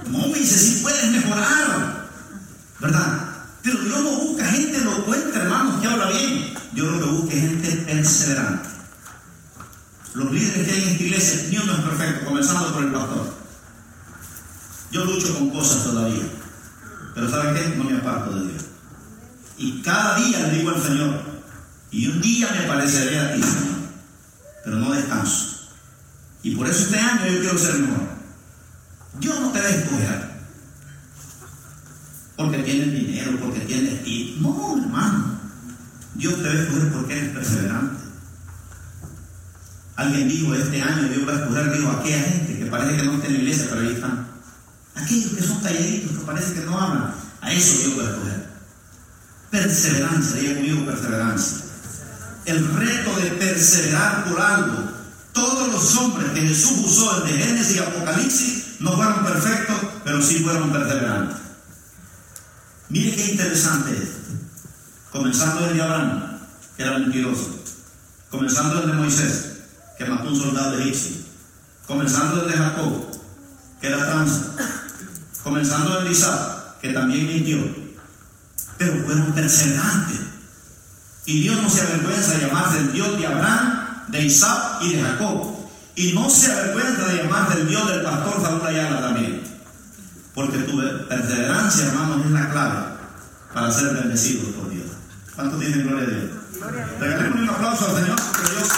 No, me dice, sí puedes mejorar, ¿verdad? Pero Dios no busca gente elocuente, hermanos, que habla bien. Dios lo que busca es gente perseverante. Los líderes que hay en esta iglesia, ni uno es perfecto, comenzando por el pastor. Yo lucho con cosas todavía, pero ¿saben qué? No me aparto de Dios. Y cada día le digo al Señor, y un día me pareceré a ti, Señor, pero no descanso. Y por eso este año yo quiero ser mejor. Dios no te va a escoger porque tienes dinero, porque tienes ti. No, hermano. Dios te va a escoger porque eres perseverante. Alguien dijo, este año Dios va a escoger, dijo, a aquella gente que parece que no está en la iglesia, pero ahí están. Aquellos que son calladitos, que parece que no hablan, a eso Dios va a escoger. Perseverancia, diga conmigo, perseverancia. El reto de perseverar por algo. Todos los hombres que Jesús usó desde Génesis y Apocalipsis no fueron perfectos, pero sí fueron perseverantes. Mire qué interesante es. Comenzando desde Abraham, que era mentiroso. Comenzando desde Moisés, que mató un soldado egipcio. Comenzando desde Jacob, que era tranza. Comenzando desde Isaac, que también mintió. Pero fueron perseverantes. Y Dios no se avergüenza de llamarse el Dios de Abraham, de Isaac y de Jacob. Y no se avergüenza de llamarse el Dios del pastor Saúl Ayala también. Porque tu perseverancia, hermanos, es la clave para ser bendecidos por Dios. ¿Cuántos dicen gloria a Dios? Regalemos un aplauso al Señor, porque Dios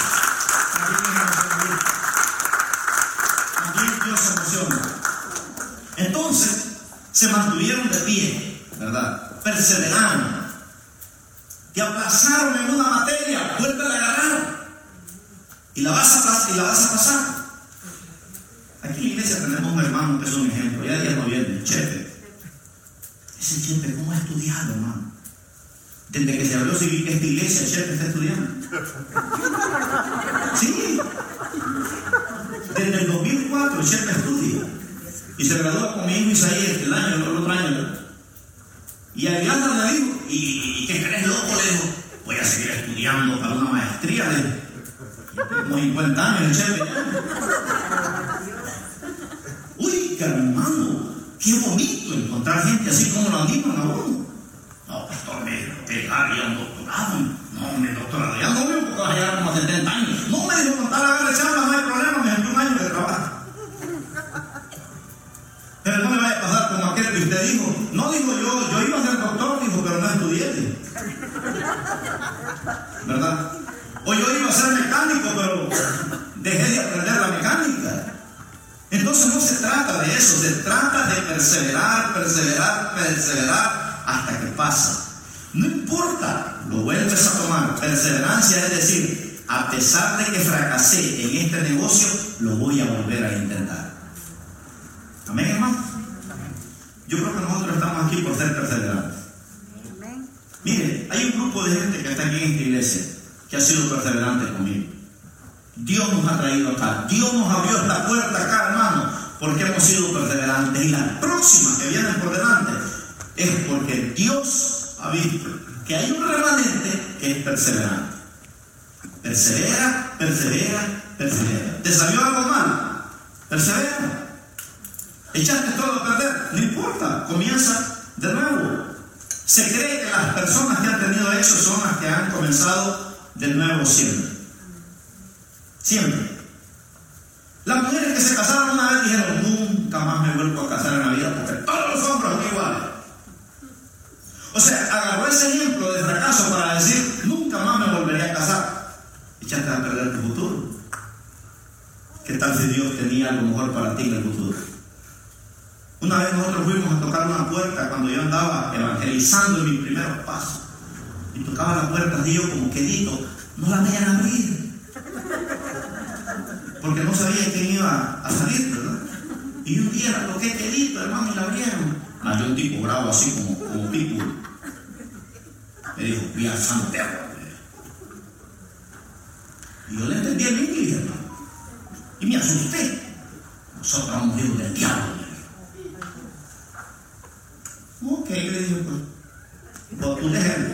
aquí Dios se emociona. Entonces, se mantuvieron de pie, ¿verdad? Perseveraron. Te aplazaron en una materia, vuelve a agarrar. Y la vas a pasar, y la vas a pasar. Aquí en la iglesia tenemos un hermano que es un ejemplo. Ya día no viene, el Chepe. Ese Chepe, ¿cómo ha estudiado, hermano? Desde que se abrió esta iglesia, el Chepe está estudiando. Sí. Desde el dos mil cuatro el Chepe estudia. Y se gradúa con mi hijo Isaías el año, el otro año. Y Ariana le dijo, ¿y qué crees, loco? Le dijo, voy a seguir estudiando para una maestría. Le dijo, como cincuenta años el Chepe. Uy, qué hermano, qué bonito encontrar gente así como lo animan a uno. No, pastor, me dijo que había un doctorado. No, mi doctorado, ya no veo porque va a llegar como a setenta años. No, me dijo, contar a la chamba, no hay problema, me envió un año de trabajo. Pero no me vaya a pasar como aquel que usted dijo. No, dijo yo, yo iba a ser doctor, dijo, pero no estudié. ¿Verdad? O yo iba a ser mecánico, pero dejé de aprender la mecánica. Entonces no se trata de eso, se trata de perseverar, perseverar, perseverar hasta que pasa. No importa, lo vuelves a tomar. Perseverancia es decir, a pesar de que fracasé en este negocio, lo voy a volver a intentar. Amén, hermano. Yo creo que nosotros estamos aquí por ser perseverantes. Mire, hay un grupo de gente que está aquí en esta iglesia que ha sido perseverante conmigo. Dios nos ha traído acá. Dios nos abrió esta puerta acá, hermano, porque hemos sido perseverantes. Y las próximas que vienen por delante es porque Dios ha visto que hay un remanente que es perseverante. Persevera, persevera, persevera. ¿Te salió algo mal? Persevera. Echaste todo a perder, no importa, comienza de nuevo. Se cree que las personas que han tenido éxito son las que han comenzado de nuevo siempre. Siempre. Las mujeres que se casaron una vez dijeron, nunca más me vuelvo a casar en la vida porque todos los hombres son iguales. O sea, agarró ese ejemplo de fracaso para decir, nunca más me volvería a casar. Echaste a perder tu futuro. ¿Qué tal si Dios tenía algo mejor para ti en el futuro? Una vez nosotros fuimos a tocar una puerta cuando yo andaba evangelizando en mis primeros pasos. Y tocaba la puerta y yo como quedito, no la vayan a abrir. Porque no sabía quién iba a salir, ¿verdad? Y un día la toqué quedito, hermano, y la abrieron. Ah, yo un tipo bravo así como, como pico. Me dijo, vía Santiago. Y yo le entendí el inglés, hermano. Y me asusté. Nosotros vamos hijos del diablo. Ok, le dije, pues, pues tú déjame.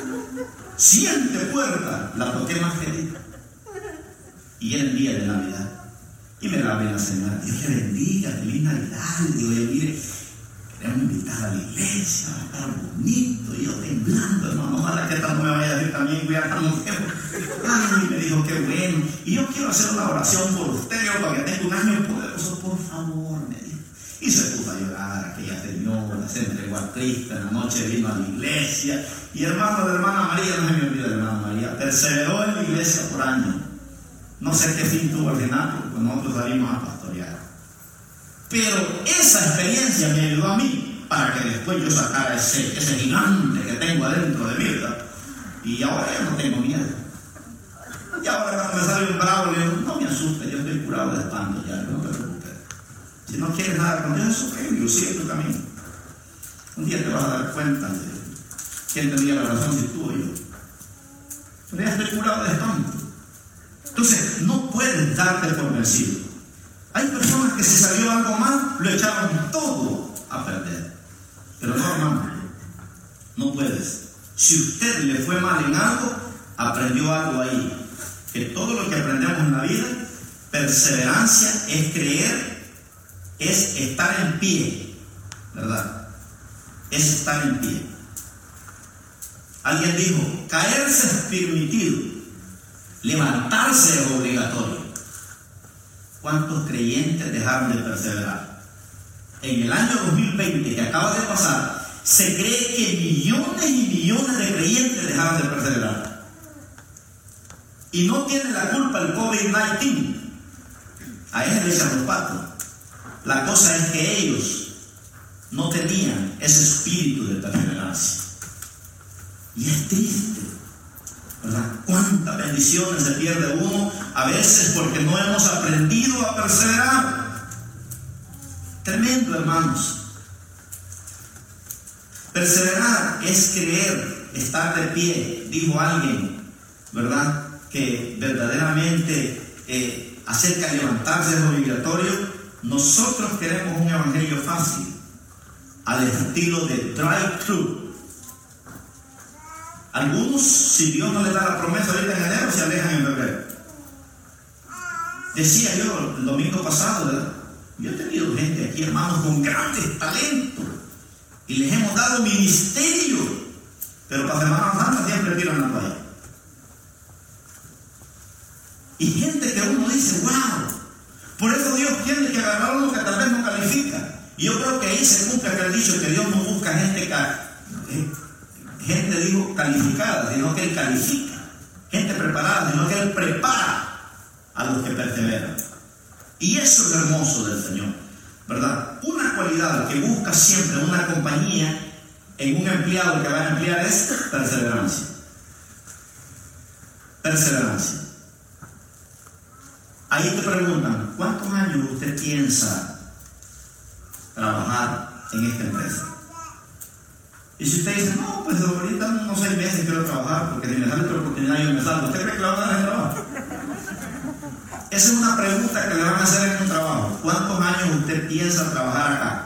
Siguiente puerta, la toqué más querida. Y era el día de Navidad. llegaba bien la señora, Dios le bendiga, feliz Navidad. Le digo, yo, mire, queremos invitar a la iglesia, va a estar bonito. Y yo temblando, hermano, ojalá que esta no me vaya a decir también, voy a estar muy tiempo. Ay, me dijo, qué bueno. Y yo quiero hacer una oración por usted, yo, para que tenga un año poderoso, por favor, me dijo. Y se puso a llorar aquella señora, se entregó a Cristo, en la noche vino a la iglesia. Y hermano de hermana María, no se me olvida de hermana María, perseveró en la iglesia por años. No sé qué fin tuvo al final, porque nosotros salimos a pastorear. Pero esa experiencia me ayudó a mí para que después yo sacara ese, ese gigante que tengo adentro de mí, ¿verdad? Y ahora ya no tengo miedo. Y ahora cuando me sale un bravo, le digo, no me asuste, yo estoy curado de espanto ya, no te preocupes. Si no quieres nada con Dios, sufre, yo sigo tu camino. Un día te vas a dar cuenta de quién tenía la razón, si tú o yo. Pero ya estoy curado de espanto. Entonces, no puedes darte por vencido. Hay personas que si salió algo mal, lo echaron todo a perder. Pero no, hermano, no puedes. Si usted le fue mal en algo, aprendió algo ahí. Que todo lo que aprendemos en la vida, perseverancia es creer, es estar en pie, ¿verdad? Es estar en pie. Alguien dijo, caerse es permitido, levantarse es obligatorio. ¿Cuántos creyentes dejaron de perseverar? En el año dos mil veinte que acaba de pasar, se cree que millones y millones de creyentes dejaron de perseverar. Y no tiene la culpa el COVID diecinueve. A ellos le echan los patos. La cosa es que ellos no tenían ese espíritu de perseverancia. Y es triste, ¿verdad? Cuántas bendiciones se pierde uno a veces porque no hemos aprendido a perseverar. Tremendo, hermanos. Perseverar es creer, estar de pie. Dijo alguien, ¿verdad?, que verdaderamente eh, acerca de levantarse es obligatorio. Nosotros queremos un evangelio fácil, al estilo de drive-thru. Algunos, si Dios no les da la promesa ahorita en enero, se alejan en febrero. Decía yo el domingo pasado, ¿verdad? Yo he tenido gente aquí, hermanos, con grandes talentos, y les hemos dado ministerio, pero para Semana Santa siempre tiran la toalla. Y gente que uno dice, wow, por eso Dios tiene que agarrar a uno que tal vez no califica. Y yo creo que ahí se cumple aquel dicho que Dios no busca gente, gente digo calificada, sino que Él califica. Gente preparada, sino que Él prepara a los que perseveran. Y eso es lo hermoso del Señor, ¿verdad? Una cualidad que busca siempre una compañía en un empleado que va a emplear es perseverancia. Perseverancia. Ahí te preguntan, ¿cuántos años usted piensa trabajar en esta empresa? Y si usted dice, no, pues ahorita unos seis meses quiero trabajar, porque si me sale otra oportunidad yo me salgo, ¿usted cree que le van a dar el trabajo? Esa es una pregunta que le van a hacer en un trabajo. ¿Cuántos años usted piensa trabajar acá?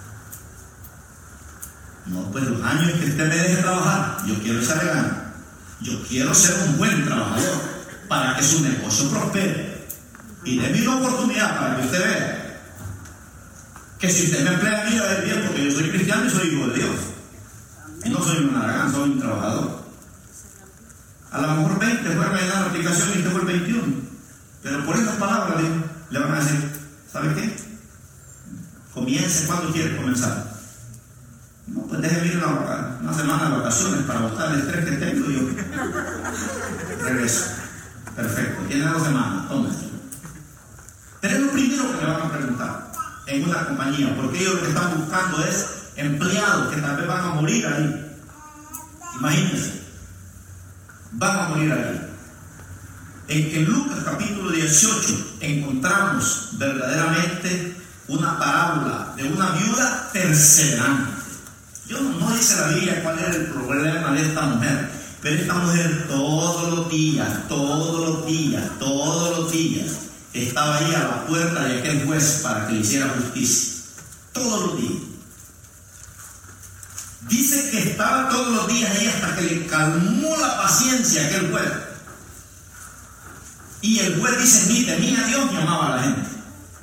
No, pues los años que usted me deje trabajar, yo quiero esa gana. Yo quiero ser un buen trabajador para que su negocio prospere. Y déme una oportunidad para que usted vea que si usted me emplea a mí, va a ver bien, porque yo soy cristiano y soy hijo de Dios. Y no soy un aragán, soy un trabajador. A lo mejor veinte fueron a llenar la aplicación y usted fue el veintiuno. Pero por estas palabras le van a decir, ¿sabe qué? Comience cuando quiere comenzar. No, pues déjeme ir una, una semana de vacaciones para botar el estrés que tengo y yo regreso. Perfecto, tiene dos semanas, tómese. Pero es lo primero que le van a preguntar en una compañía, porque ellos lo que están buscando es empleados que tal vez van a morir ahí. Imagínense, van a morir ahí. En, en Lucas capítulo dieciocho encontramos verdaderamente una parábola de una viuda perseverante. Yo no, no dice la Biblia cuál era el problema de esta mujer, pero esta mujer todos los días, todos los días, todos los días estaba ahí a la puerta de aquel juez para que le hiciera justicia. Todos los días. Dice que estaba todos los días ahí hasta que le calmó la paciencia a aquel juez. Y el juez dice, ni temía a Dios ni amaba a la gente.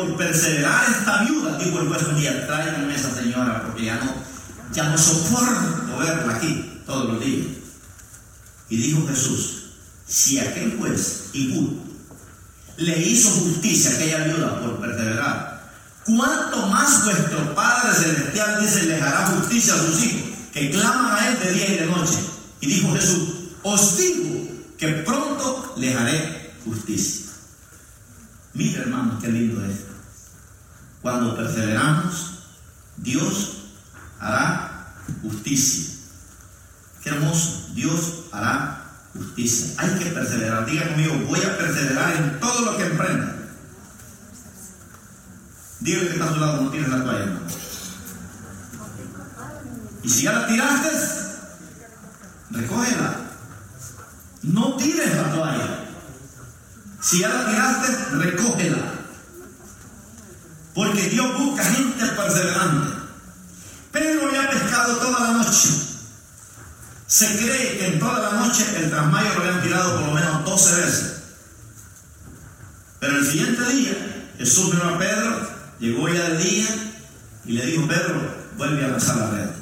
por perseverar esta viuda, dijo el juez un día, tráiganme a esa señora porque ya no, ya no soporto verla aquí todos los días. Y dijo Jesús, si aquel juez injusto le hizo justicia a aquella viuda por perseverar, ¿cuánto más vuestro Padre Celestial dice les hará justicia a sus hijos que claman a Él de día y de noche? Y dijo Jesús, os digo que pronto les haré justicia. Mira, hermanos, qué lindo es. Cuando perseveramos, Dios hará justicia. Qué hermoso, Dios hará justicia. Hay que perseverar. Diga conmigo, voy a perseverar en todo lo que emprenda. Dígale que está a su lado, no tires la toalla, hermano. Y si ya la tiraste, recógela. No tires la toalla. Si ya la tiraste, recógela. Porque Dios busca gente perseverante. Pedro había pescado toda la noche. Se cree que en toda la noche el trasmayo lo habían tirado por lo menos doce veces. Pero el siguiente día, Jesús vino a Pedro, llegó ya el día y le dijo, Pedro, vuelve a lanzar la red.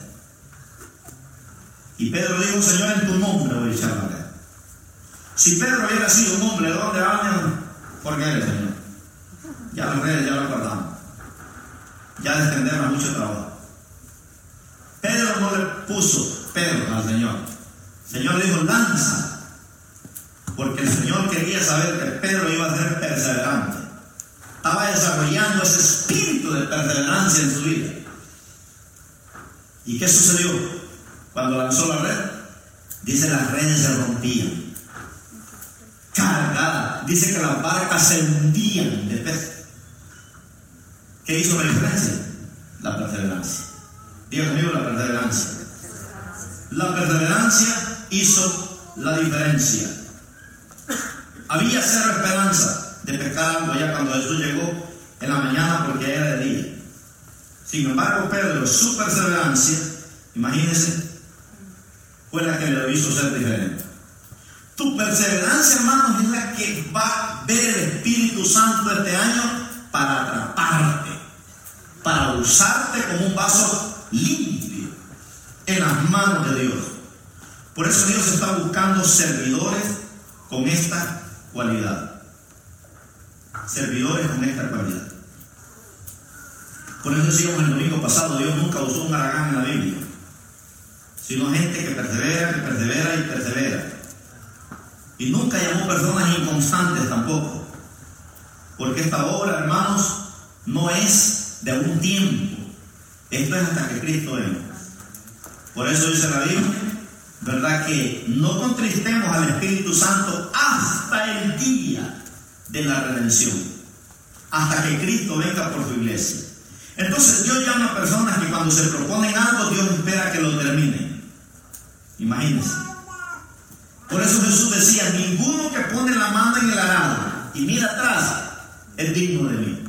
Y Pedro dijo, Señor, en tu nombre voy a echar la red. Si Pedro hubiera sido un hombre, ¿de dónde van? ¿Por qué eres, Señor? Ya las redes ya las guardamos. Ya descendernos mucho trabajo. Pedro no le puso Pedro al Señor. El Señor le dijo, lanza. Porque el Señor quería saber que Pedro iba a ser perseverante. Estaba desarrollando ese espíritu de perseverancia en su vida. ¿Y qué sucedió? Cuando lanzó la red, dice las redes se rompían. Cargada. Dice que las barcas se hundían de peces. ¿Qué hizo la diferencia? La perseverancia. Diga conmigo, la perseverancia. La perseverancia hizo la diferencia. Había cero esperanza de pescar algo ya cuando Jesús llegó en la mañana porque era de día. Sin embargo, Pedro, su perseverancia, imagínense, fue la que le hizo ser diferente. Tu perseverancia, hermanos, es la que va a ver el Espíritu Santo este año para atraparte, para usarte como un vaso limpio en las manos de Dios. Por eso Dios está buscando servidores con esta cualidad. Servidores con esta cualidad. Por eso decíamos el domingo pasado, Dios nunca usó un haragán en la Biblia, sino gente que persevera, que persevera y persevera. Y nunca llamó personas inconstantes tampoco. Porque esta obra, hermanos, no es de un tiempo. Esto es hasta que Cristo venga. Por eso dice la Biblia, ¿verdad? Que no contristemos al Espíritu Santo hasta el día de la redención. Hasta que Cristo venga por su iglesia. Entonces Dios llama a personas que cuando se proponen algo, Dios espera que lo terminen. Imagínense. Por eso Jesús decía, ninguno que pone la mano en el arado y mira atrás es digno de mí.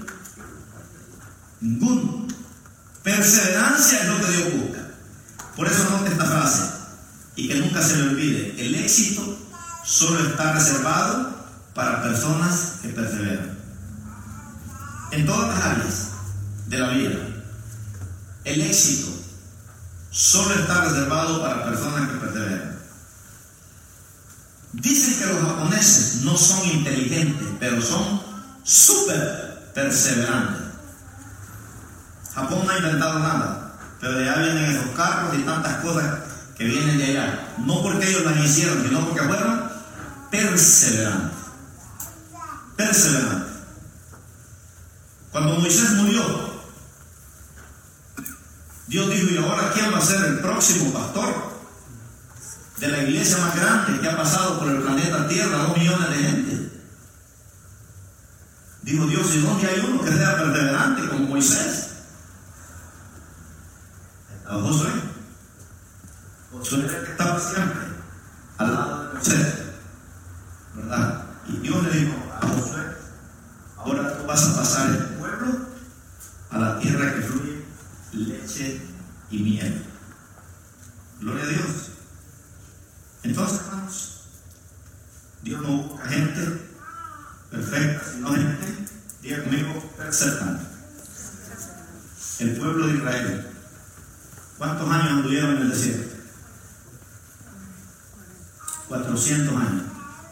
Ninguno. Perseverancia es lo que Dios busca. Por eso note esta frase y que nunca se le olvide. El éxito solo está reservado para personas que perseveran. En todas las áreas de la vida, el éxito solo está reservado para personas que perseveran. Dicen que los japoneses no son inteligentes, pero son súper perseverantes. Japón no ha inventado nada, pero de allá vienen esos carros y tantas cosas que vienen de allá. No porque ellos las hicieron, sino porque fueron perseverantes. Perseverantes. Cuando Moisés murió, Dios dijo, ¿y ahora quién va a ser el próximo pastor de la iglesia más grande que ha pasado por el planeta Tierra, dos millones de gente? Dijo Dios, ¿y dónde hay uno que sea perseverante como Moisés? A Josué. Josué era el que estaba siempre al lado de Moisés, ¿verdad? Y Dios le dijo a Josué, ahora tú vas a pasar el pueblo a la tierra que fluye leche y miel. Gloria a Dios. Entonces, hermanos, Dios no busca gente perfecta, sino gente, diga conmigo, perseverante. Israel? ¿Cuántos años anduvieron en el desierto? cuatrocientos años.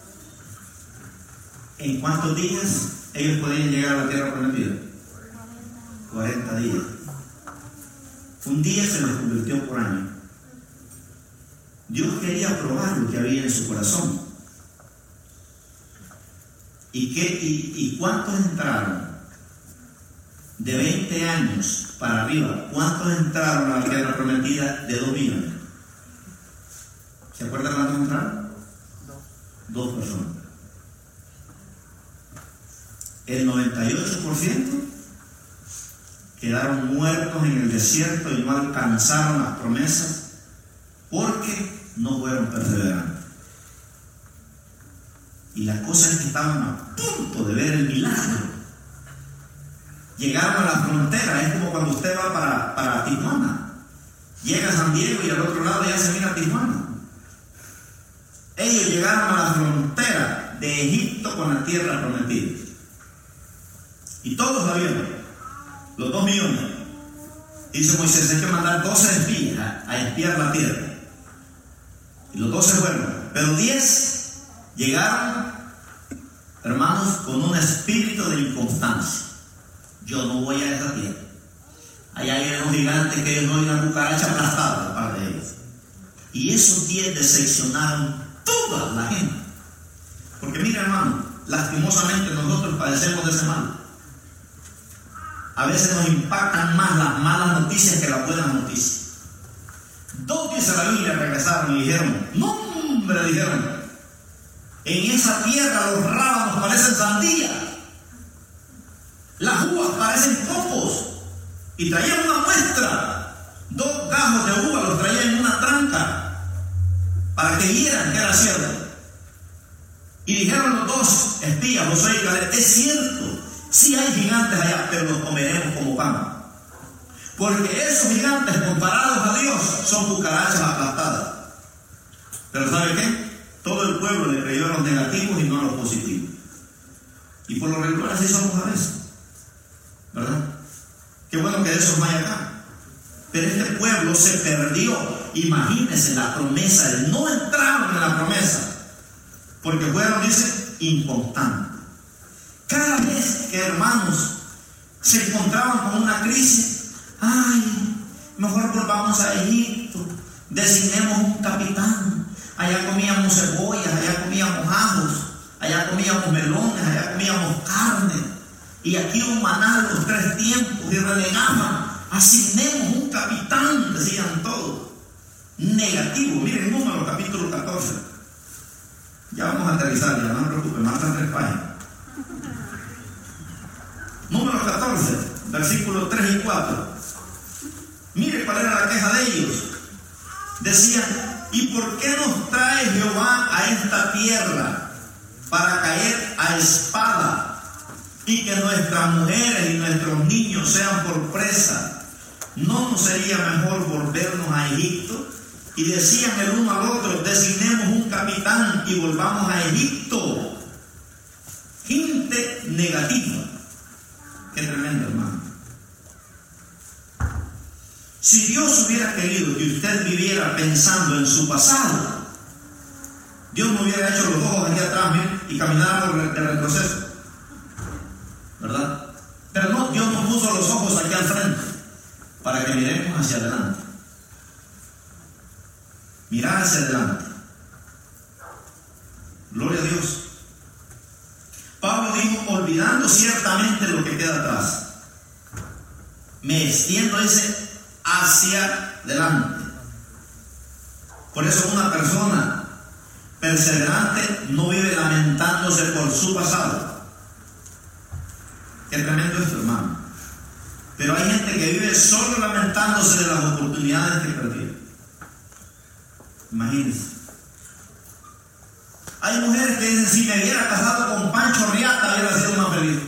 ¿En cuántos días ellos podían llegar a la tierra prometida? cuarenta días. Un día se les convirtió por año. Dios quería probar lo que había en su corazón. ¿Y, qué, y, y cuántos entraron? De veinte años para arriba, ¿cuántos entraron a la tierra prometida? De dos millones. ¿Se acuerdan cuántos entraron? Dos personas. El noventa y ocho por ciento quedaron muertos en el desierto y no alcanzaron las promesas porque no fueron perseverantes. Y las cosas que estaban a punto de ver el milagro llegaron a la frontera. Es como cuando usted va para, para Tijuana, llega a San Diego y al otro lado ya se mira Tijuana. Ellos llegaron a la frontera de Egipto con la tierra prometida. Y todos la vieron, los dos millones. Dice Moisés, hay que mandar doce espías a, a espiar la tierra. Y los doce fueron, pero diez llegaron, hermanos, con un espíritu de inconstancia. Yo no voy a esa tierra. Allá hay unos gigantes que ellos no hay una cucaracha aplastada para de ellos. Y esos diez decepcionaron toda la gente. Porque mira, hermano, lastimosamente nosotros padecemos de ese mal. A veces nos impactan más las malas noticias que las buenas noticias. Dos dice la Biblia regresaron y dijeron, no hombre, dijeron, en esa tierra los rábanos parecen sandía, las uvas parecen copos. Y traían una muestra, dos gajos de uva los traían en una tranca para que vieran que era cierto. Y dijeron los dos espías, Josué y Caleb, es cierto, sí hay gigantes allá, pero los comeremos como pan. Porque esos gigantes comparados a Dios son cucarachas aplastadas. Pero ¿sabe qué? Todo el pueblo le creyó a los negativos y no a los positivos. Y por lo regular así somos a veces, ¿verdad? Qué bueno que eso no hay acá. Pero este pueblo se perdió. Imagínense la promesa, no entraron en la promesa porque fueron, dice, inconstantes. Cada vez que, hermanos, se encontraban con una crisis, ay, mejor volvamos a Egipto, designemos un capitán. Allá comíamos cebollas, allá comíamos ajos, allá comíamos melones, allá comíamos carne, y aquí un maná los tres tiempos, y renegaban. Asignemos un capitán, decían todos. Negativo. Miren Números capítulo catorce. Ya vamos a aterrizar, ya no me preocupen, más de tres páginas. Números catorce, versículos tres y cuatro. Mire cuál era la queja de ellos. Decían, ¿y por qué nos trae Jehová a esta tierra para caer a espada y que nuestras mujeres y nuestros niños sean por presa? ¿No nos sería mejor volvernos a Egipto? Y decían el uno al otro, designemos un capitán y volvamos a Egipto. Gente negativa. Qué tremendo, hermano. Si Dios hubiera querido que usted viviera pensando en su pasado, Dios no hubiera hecho los ojos aquí atrás, ¿bien? Y caminara por el retroceso, ¿verdad? Pero no, Dios nos puso los ojos aquí al frente para que miremos hacia adelante. Mirar hacia adelante. Gloria a Dios. Pablo dijo, olvidando ciertamente lo que queda atrás, me extiendo, dice, hacia adelante. Por eso una persona perseverante no vive lamentándose por su pasado. Qué tremendo esto, hermano. Pero hay gente que vive solo lamentándose de las oportunidades que perdió. Imagínense. Hay mujeres que dicen, si me hubiera casado con Pancho Riata, hubiera sido más feliz.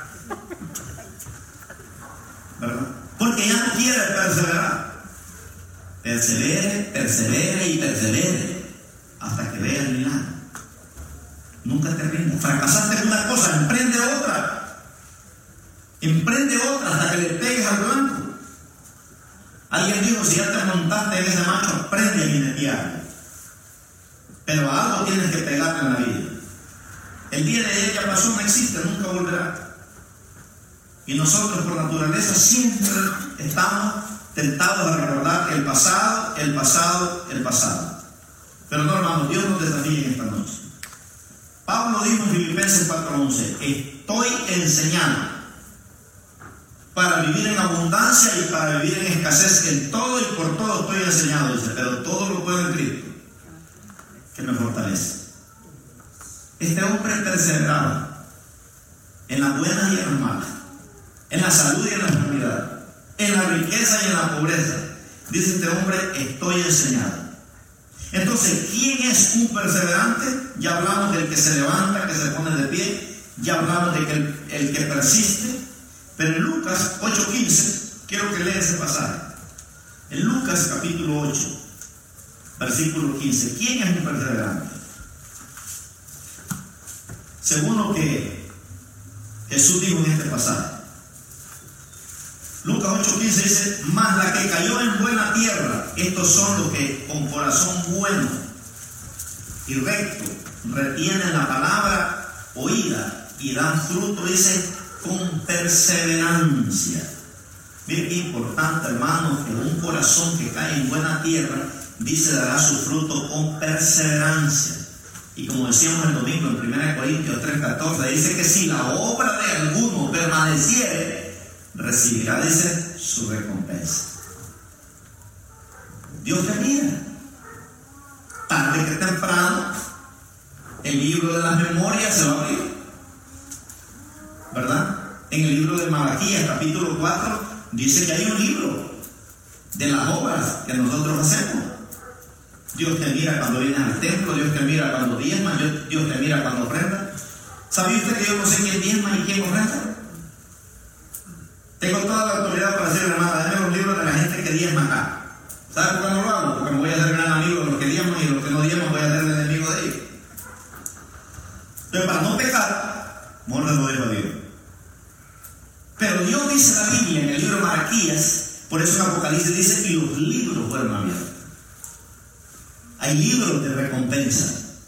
¿Verdad? Porque ella no quiere perseverar. Persevere, persevere y persevere hasta que vea el milagro. Nunca te rindas. Fracasaste en una cosa, emprende otra. Emprende otra hasta que le pegues al blanco. Alguien dijo, si ya te montaste en ese macho, aprende a jinetear. Pero a algo tienes que pegarle en la vida. El día de ayer ya pasó, no existe, nunca volverá. Y nosotros por naturaleza siempre estamos tentados a recordar el pasado, el pasado, el pasado. Pero no, hermanos, Dios nos desafía en esta noche. Pablo dijo en Filipenses cuatro once, estoy enseñado para vivir en abundancia y para vivir en escasez. En todo y por todo estoy enseñado, dice, pero todo lo puedo en Cristo, que me fortalece. Este hombre perseveraba en las buenas y en las malas, en la salud y en la enfermedad, en la riqueza y en la pobreza. Dice este hombre, estoy enseñado. Entonces, ¿quién es un perseverante? Ya hablamos del que se levanta, que se pone de pie. Ya hablamos de que el, el que persiste. Pero en Lucas ocho quince, quiero que lea ese pasaje. En Lucas capítulo ocho, versículo quince. ¿Quién es un perseverante? Según lo que Jesús dijo en este pasaje. Lucas ocho quince dice, mas la que cayó en buena tierra, estos son los que con corazón bueno y recto retienen la palabra oída y dan fruto, dice, con perseverancia. Miren qué importante, hermanos, que un corazón que cae en buena tierra, dice, dará su fruto con perseverancia. Y como decíamos el domingo en primera Corintios tres catorce, dice que si la obra de alguno permaneciere, recibirá, dice, su recompensa. Dios te mira. Tarde que temprano, el libro de las memorias se va a abrir, ¿verdad? En el libro de Malaquías, capítulo cuatro, dice que hay un libro de las obras que nosotros hacemos. Dios te mira cuando vienes al templo, Dios te mira cuando diezmas, Dios te mira cuando ofrendas. ¿Sabía usted que yo no sé quién diezma y quién ofrenda? Tengo toda la autoridad para decirle, hermano, dame los libros de la gente que diezma acá. ¿Sabe por qué no lo hago? Porque me voy a hacer gran amigo de los que diezman y los que no diezman voy a ser el enemigo de ellos. Entonces, para no pecar, mejor se lo dejo a Dios. Pero Dios dice en la Biblia, en el libro de Malaquías, por eso en Apocalipsis dice que los libros fueron abiertos. Hay libros de recompensa.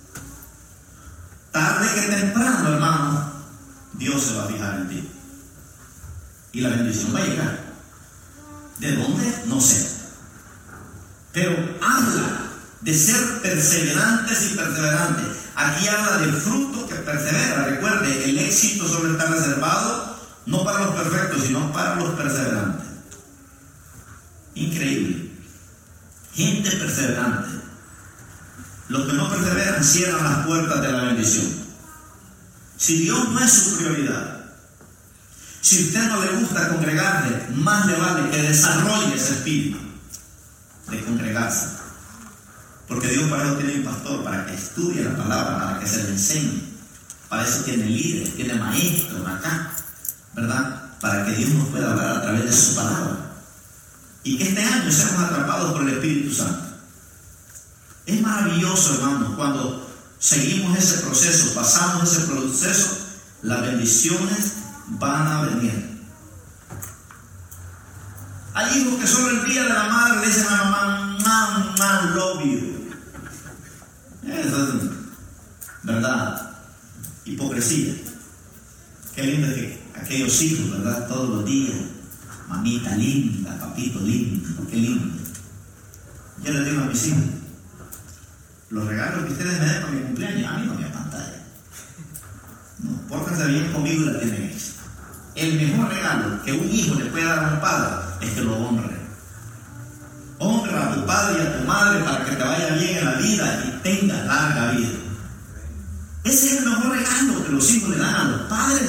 Tarde que temprano, hermano, Dios se va a fijar en ti. Y la bendición va a llegar. ¿De dónde? No sé. Pero habla de ser perseverantes y perseverantes. Aquí habla del fruto que persevera. Recuerde, el éxito solo está reservado no para los perfectos, sino para los perseverantes. Increíble. Gente perseverante. Los que no perseveran cierran las puertas de la bendición. Si Dios no es su prioridad, si a usted no le gusta congregarse, más le vale que desarrolle ese espíritu de congregarse. Porque Dios para eso tiene un pastor, para que estudie la palabra, para que se le enseñe. Para eso tiene líderes, tiene maestros acá, ¿verdad? Para que Dios nos pueda hablar a través de su palabra. Y que este año seamos atrapados por el Espíritu Santo. Es maravilloso, hermanos, cuando seguimos ese proceso, pasamos ese proceso, las bendiciones van a venir. Hay hijos que solo el día de la madre le dicen a la mamá, mamá, love you. Eso es, ¿verdad? Hipocresía. Qué lindo es que aquellos hijos, ¿verdad? Todos los días, mamita linda, papito lindo, qué lindo. Yo les digo a mis hijos, los regalos que ustedes me den para mi cumpleaños, a mí no me pantalla. No, pórtense bien conmigo y la tienen hecha. El mejor regalo que un hijo le puede dar a un padre es que lo honre. Honra a tu padre y a tu madre para que te vaya bien en la vida y tengas larga vida. Ese es el mejor regalo que los hijos le dan a los padres.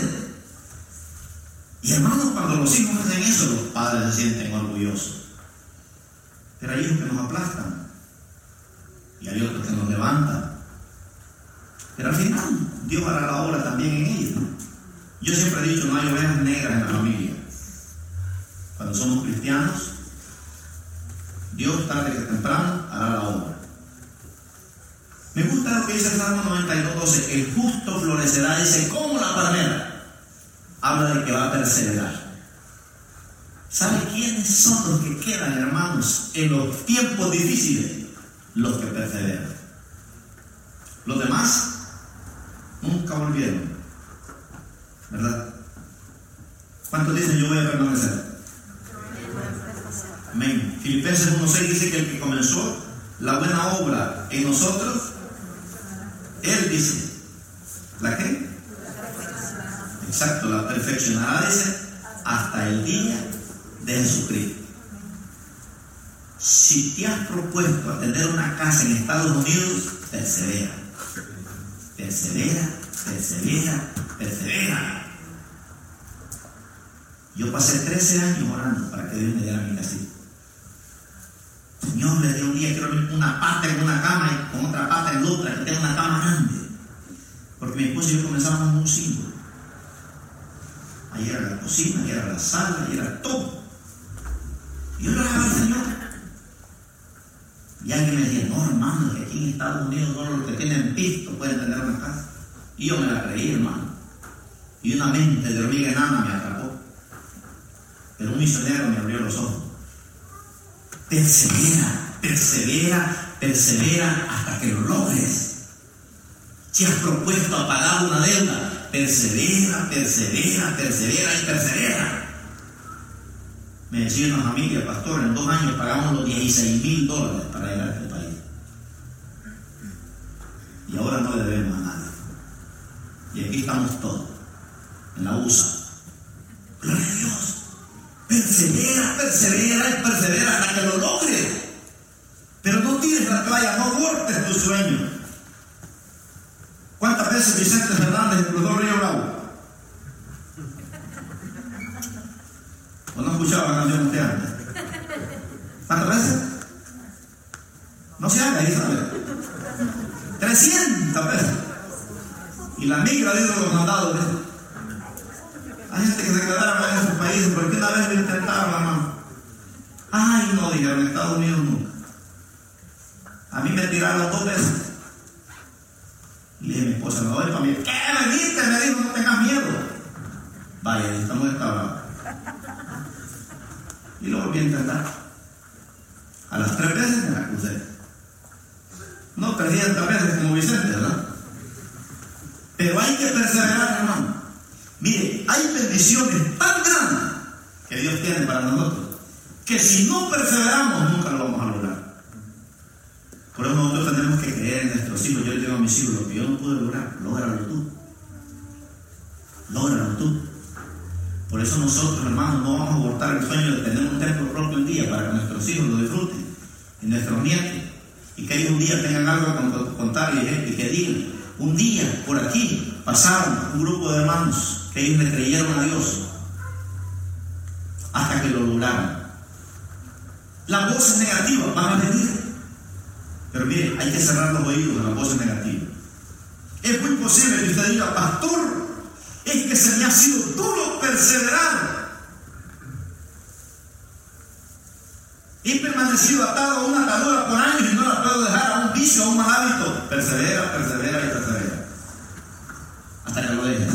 Y hermanos, cuando los hijos hacen eso, los padres se sienten orgullosos. Pero hay hijos que nos aplastan y hay otros que nos levantan. Pero al final, Dios hará la obra también en ellos. Yo siempre he dicho, no hay ovejas negras en la familia. Cuando somos cristianos, Dios tarde que temprano hará la obra. Me gusta lo que dice el Salmo noventa y dos doce, el justo florecerá, dice, como la palmera. Habla de que va a perseverar. ¿Sabe ¿quiénes son los que quedan, hermanos, en los tiempos difíciles? Los que perseveran. Los demás nunca volvieron, ¿verdad? ¿Cuántos dicen yo voy a permanecer? Amén. Filipenses uno seis dice que el que comenzó la buena obra en nosotros, él dice, ¿la qué? Exacto, la perfeccionará, dice, hasta el día de Jesucristo. Si te has propuesto a tener una casa en Estados Unidos, persevera, persevera, persevera, persevera. Yo pasé trece años orando para que Dios me diera mi casita. Señor, le di un día, quiero una pata en una cama y con otra pata en la otra, que tenga una cama grande. Porque mi esposo y yo comenzamos un símbolo. Ahí era la cocina, ahí era la sala, ahí era todo. Y yo oraba al Señor. Y alguien me decía, no, hermano, que aquí en Estados Unidos solo los que tienen pisto pueden tener una casa. Y yo me la creí, hermano. Y una mente de hormiga enana me atrapó. Pero un misionero me abrió los ojos. Persevera, persevera, persevera hasta que lo logres. Si has propuesto a pagar una deuda, persevera, persevera, persevera y persevera. Me decía una familia, pastor, en dos años pagamos los dieciséis mil dólares para llegar a este país. Y ahora no le debemos a nadie. Y aquí estamos todos, en la U S A. Gloria a Dios. Persevera, persevera y persevera hasta que lo logres. Pero no tires la toalla, no cortes tu sueño. ¿Cuántas veces Vicente Fernández explotó Río Bravo? ¿O no escuchaba la canción usted antes? ¿Cuántas veces? No se haga, ahí sabe. trescientas veces. Y la migra dio los mandados. ¿eh? Hay gente que se quedaron en esos países porque una vez lo intentaron, hermano. Ay, no, dijeron, en Estados Unidos nunca. A mí me tiraron dos veces. Y le dije a mi esposa, me voy para mí. ¿Qué me diste? Me dijo, no tengas miedo. Vaya, estamos establecidos. Y lo volví a intentar. A las tres veces me la crucé. No trescientas veces como Vicente, ¿verdad? Pero hay que perseverar, hermano. Mire, hay bendiciones tan grandes que Dios tiene para nosotros, que si no perseveramos, nunca lo vamos a lograr. Por eso nosotros tenemos que creer en nuestros hijos. Yo le digo a mis hijos, lo que yo no pude lograr, lógralo tú. Lógralo tú. Por eso nosotros, hermanos, no vamos a abortar el sueño de tener un templo propio un día para que nuestros hijos lo disfruten, y nuestros nietos, y que ellos un día tengan algo que contar y que digan, un día por aquí pasaron un grupo de hermanos que ellos le creyeron a Dios hasta que lo lograron. Las voces negativas van a venir, pero mire, hay que cerrar los oídos a las voces negativas. Es muy posible que usted diga, pastor, es que se me ha sido duro perseverar. He permanecido atado a una atadura por años y no la puedo dejar, a un vicio, a un mal hábito. Persevera, persevera y persevera. Hasta que lo dejes.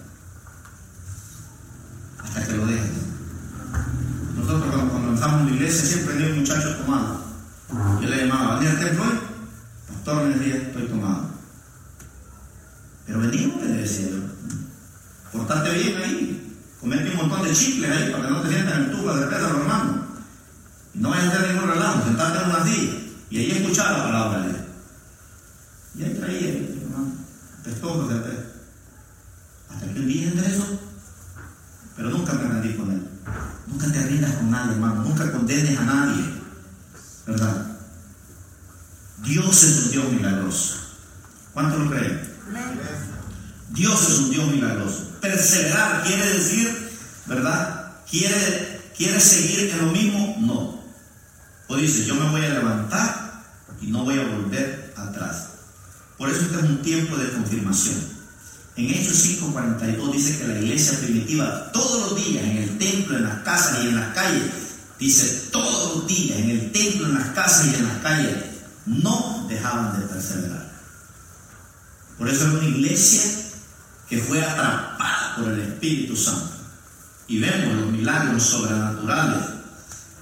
Hasta que lo dejes. Nosotros cuando comenzamos en la iglesia siempre había un muchacho tomado. Yo le llamaba, ¿venía al templo hoy? Pastor, me decía, estoy tomado. Pero venimos, le decía yo. Portate bien ahí. Comete un montón de chicles ahí para que no te sientas en el tubo de pesa, hermano. No vayas a hacer ningún relajo, sentarte en una silla y ahí escuchar la palabra de Dios. Y ahí traía, hermano, testoso de pesa. Hasta que un día entre eso, pero nunca te rendís con él. Nunca te rindas con nadie, hermano. Nunca condenes a nadie, ¿verdad? Dios es un Dios milagroso. ¿Cuánto lo creen? Dios es un Dios milagroso. Perseverar quiere decir, ¿verdad? ¿Quiere, quiere seguir en lo mismo? No. O dice, yo me voy a levantar y no voy a volver atrás. Por eso este es un tiempo de confirmación. En Hechos cinco cuarenta y dos dice que la iglesia primitiva todos los días en el templo, en las casas y en las calles, dice todos los días en el templo, en las casas y en las calles, no dejaban de perseverar. Por eso es una iglesia que fue atrapada por el Espíritu Santo. Y vemos los milagros sobrenaturales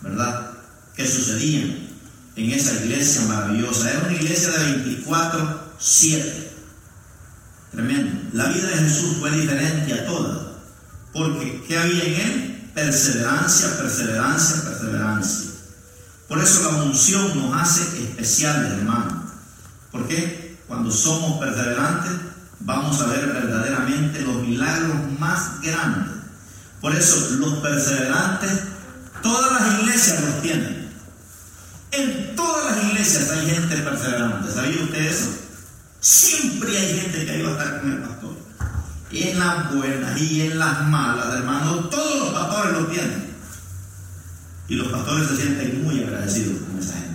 ¿verdad?, que sucedían en esa iglesia maravillosa. Era una iglesia de veinticuatro siete. Tremendo. La vida de Jesús fue diferente a todas, porque ¿qué había en él? Perseverancia, perseverancia, perseverancia. Por eso la unción nos hace especiales, hermano. ¿Por qué? Cuando somos perseverantes, vamos a ver verdaderamente los milagros más grandes. Por eso los perseverantes, todas las iglesias los tienen. En todas las iglesias hay gente perseverante. ¿Sabía usted eso? Siempre hay gente que ahí va a estar con el pastor. Y en las buenas y en las malas, hermano, todos los pastores lo tienen. Y los pastores se sienten muy agradecidos con esa gente.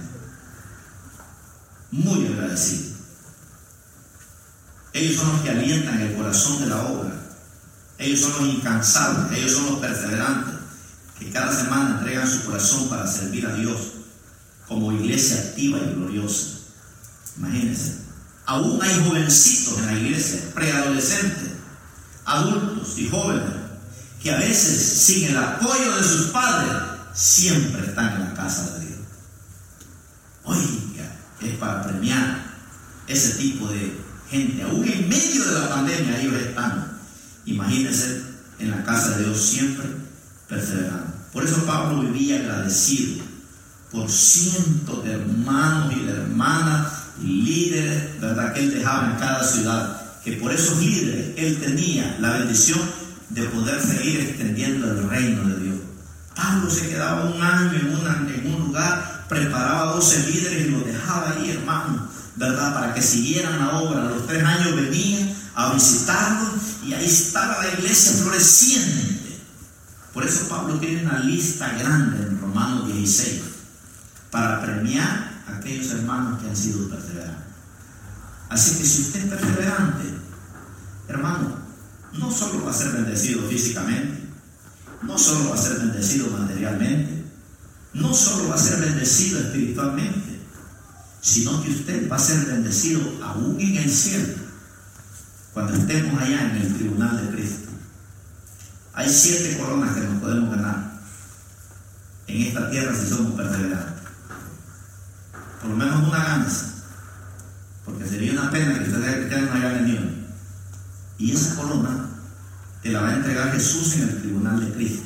Muy agradecidos. Ellos son los que alientan el corazón de la obra. Ellos son los incansables, ellos son los perseverantes, que cada semana entregan su corazón para servir a Dios como iglesia activa y gloriosa. Imagínense, aún hay jovencitos en la iglesia, preadolescentes, adultos y jóvenes, que a veces sin el apoyo de sus padres siempre están en la casa de Dios. Oiga, es para premiar ese tipo de gente. Aún en medio de la pandemia ellos están, imagínense, en la casa de Dios siempre perseverando. Por eso Pablo vivía agradecido por cientos de hermanos y de hermanas y líderes, ¿verdad?, que él dejaba en cada ciudad, que por esos líderes él tenía la bendición de poder seguir extendiendo el reino de Dios. Pablo se quedaba un año en, una, en un lugar, preparaba doce líderes y los dejaba ahí, hermano, ¿verdad?, para que siguieran la obra. A los tres años venía a visitarlos y ahí estaba la iglesia floreciente. Por eso Pablo tiene una lista grande en Romanos dieciséis para premiar a aquellos hermanos que han sido perseverantes. Así que si usted es perseverante, hermano, no solo va a ser bendecido físicamente, no solo va a ser bendecido materialmente, no solo va a ser bendecido espiritualmente, sino que usted va a ser bendecido aún en el cielo, cuando estemos allá en el tribunal de Cristo. Hay siete coronas que nos podemos ganar en esta tierra si somos perseverantes. Por lo menos una ganancia, porque sería una pena que usted no haya venido. Y esa corona te la va a entregar Jesús en el tribunal de Cristo.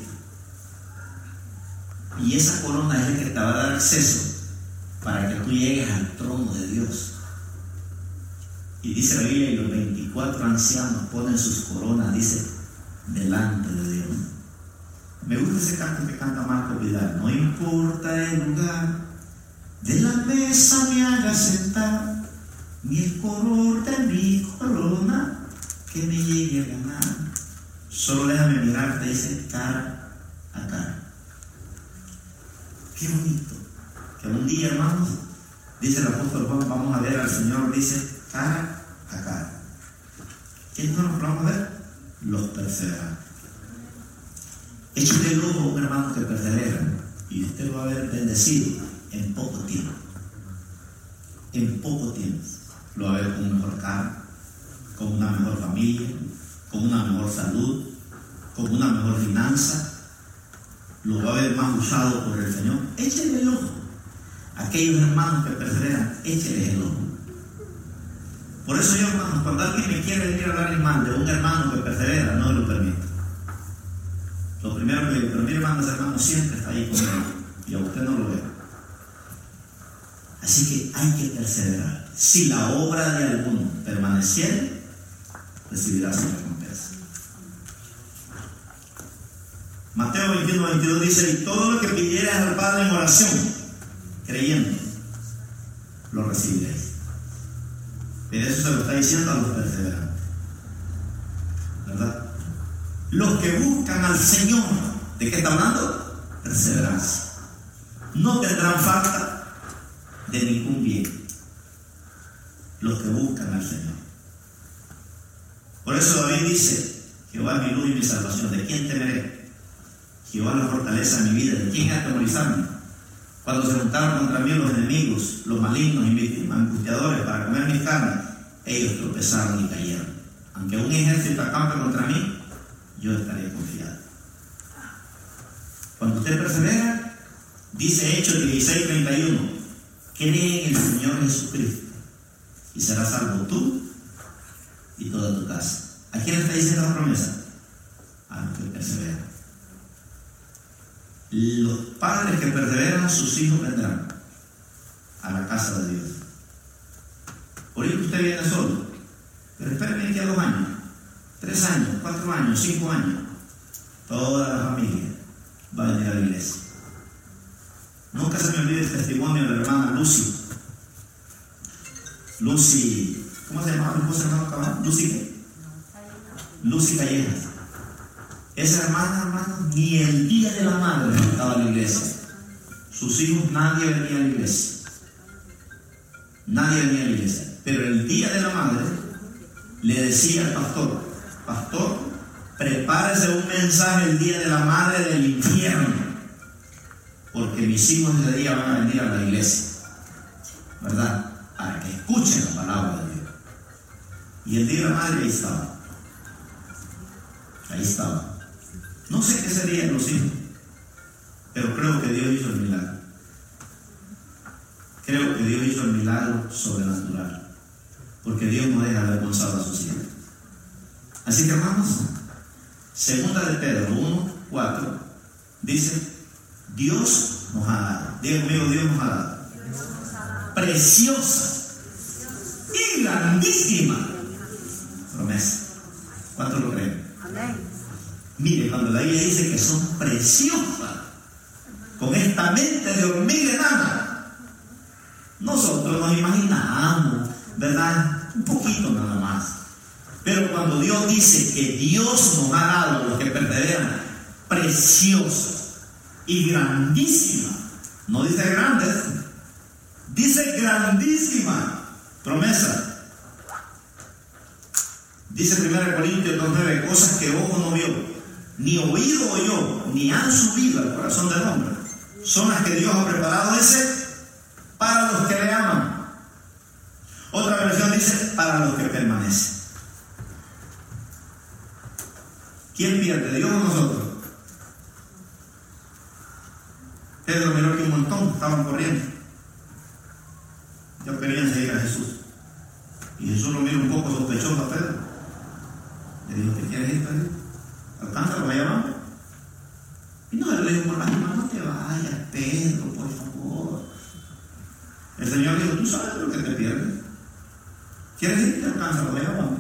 Y esa corona es la que te va a dar acceso para que tú llegues al trono de Dios. Y dice la Biblia, y los veinticuatro ancianos ponen sus coronas, dice, delante de Dios. Me gusta ese canto que canta Marco Vidal. No importa el lugar, de la mesa me haga sentar, ni el color de mi corona que me llegue a ganar. Solo déjame mirarte, dice, cara a cara. Qué bonito. Que un día, hermanos, dice el apóstol Juan, vamos a ver al Señor, dice, cara a cara. ¿Quiénes no nos vamos a ver? Los perseverantes. Échale el ojo a un hermano que persevera y usted lo va a ver bendecido en poco tiempo. En poco tiempo. Lo va a ver con un mejor carro, con una mejor familia, con una mejor salud, con una mejor finanza. Lo va a ver más usado por el Señor. Échale el ojo. Aquellos hermanos que perseveran, écheles el ojo. Por eso yo, hermanos, cuando alguien me quiere venir a hablar mal de un hermano que persevera, no lo permito. Lo primero que le digo, pero mi hermano, ese hermano siempre está ahí conmigo y a usted no lo ve. Así que hay que perseverar. Si la obra de alguno permaneciere, recibirá su recompensa. Mateo veintiuno, veintidós dice, y todo lo que pidieras al Padre en oración, creyendo, lo recibiréis. Pero eso se lo está diciendo a los perseverantes, ¿verdad? Los que buscan al Señor, ¿de qué está hablando? Perseverancia. No tendrán falta de ningún bien. Los que buscan al Señor. Por eso David dice, Jehová es mi luz y mi salvación, ¿de quién temeré? Jehová es la fortaleza de mi vida, ¿de quién atemorizarme? Cuando se juntaron contra mí los enemigos, los malignos y mis angustiadores para comer mi carne, ellos tropezaron y cayeron. Aunque un ejército acampe contra mí, yo estaré confiado. Cuando usted persevera, Dice Hechos dieciséis treinta y uno, cree en el Señor Jesucristo y serás salvo tú y toda tu casa. ¿A quién está diciendo la promesa? A los que perseveran. Los padres que perseveran, sus hijos vendrán a la casa de Dios. Por eso usted viene solo, pero espéreme aquí a dos años, tres años, cuatro años, cinco años, toda la familia va a venir a la iglesia. Nunca se me olvide el testimonio de la hermana Lucy. Lucy, ¿cómo se llamaba? ¿Cómo se llamaba? Lucy qué? Lucy Callejas. Esa hermana, hermano, ni el día de la madre estaba en la iglesia. Sus hijos, nadie venía a la iglesia. Nadie venía a la iglesia. Pero el día de la madre le decía al pastor: pastor, prepárese un mensaje el día de la madre del infierno, porque mis hijos ese día van a venir a la iglesia, ¿verdad? Para que escuchen la palabra de Dios. Y el día de la madre ahí estaba. Ahí estaba. No sé qué serían los hijos, pero creo que Dios hizo el milagro. Creo que Dios hizo el milagro sobrenatural, porque Dios no deja avergonzado a sus hijos. Así que hermanos, segunda de Pedro uno, cuatro, dice: Dios nos ha dado, diga conmigo, Dios nos ha dado, preciosa y grandísima promesa. ¿Cuántos lo creen? Amén. Mire, cuando la Biblia dice que son preciosas, con esta mente de hormiga enana, nosotros nos imaginamos, ¿verdad? Un poquito nada más. Pero cuando Dios dice que Dios nos ha dado a los que perseveran preciosas y grandísimas, no dice grandes, dice grandísima promesa. Dice primera Corintios dos nueve, cosas que ojo no vio, ni oído oyó, ni han subido al corazón del hombre, son las que Dios ha preparado, ese, para los que le aman. Otra versión dice: para los que permanecen. ¿Quién pierde, Dios o nosotros? Pedro miró que un montón estaban corriendo. Ellos querían seguir a Jesús. Y Jesús lo miró un poco sospechoso a Pedro. Le dijo: ¿qué quieres ir, Pedro? Alcánzalo, vaya abajo. Y no le dijo por las manos: no te vayas, Pedro, por favor. El Señor dijo: tú sabes lo que te pierdes. ¿Quieres ir? Alcánzalo, vaya abajo.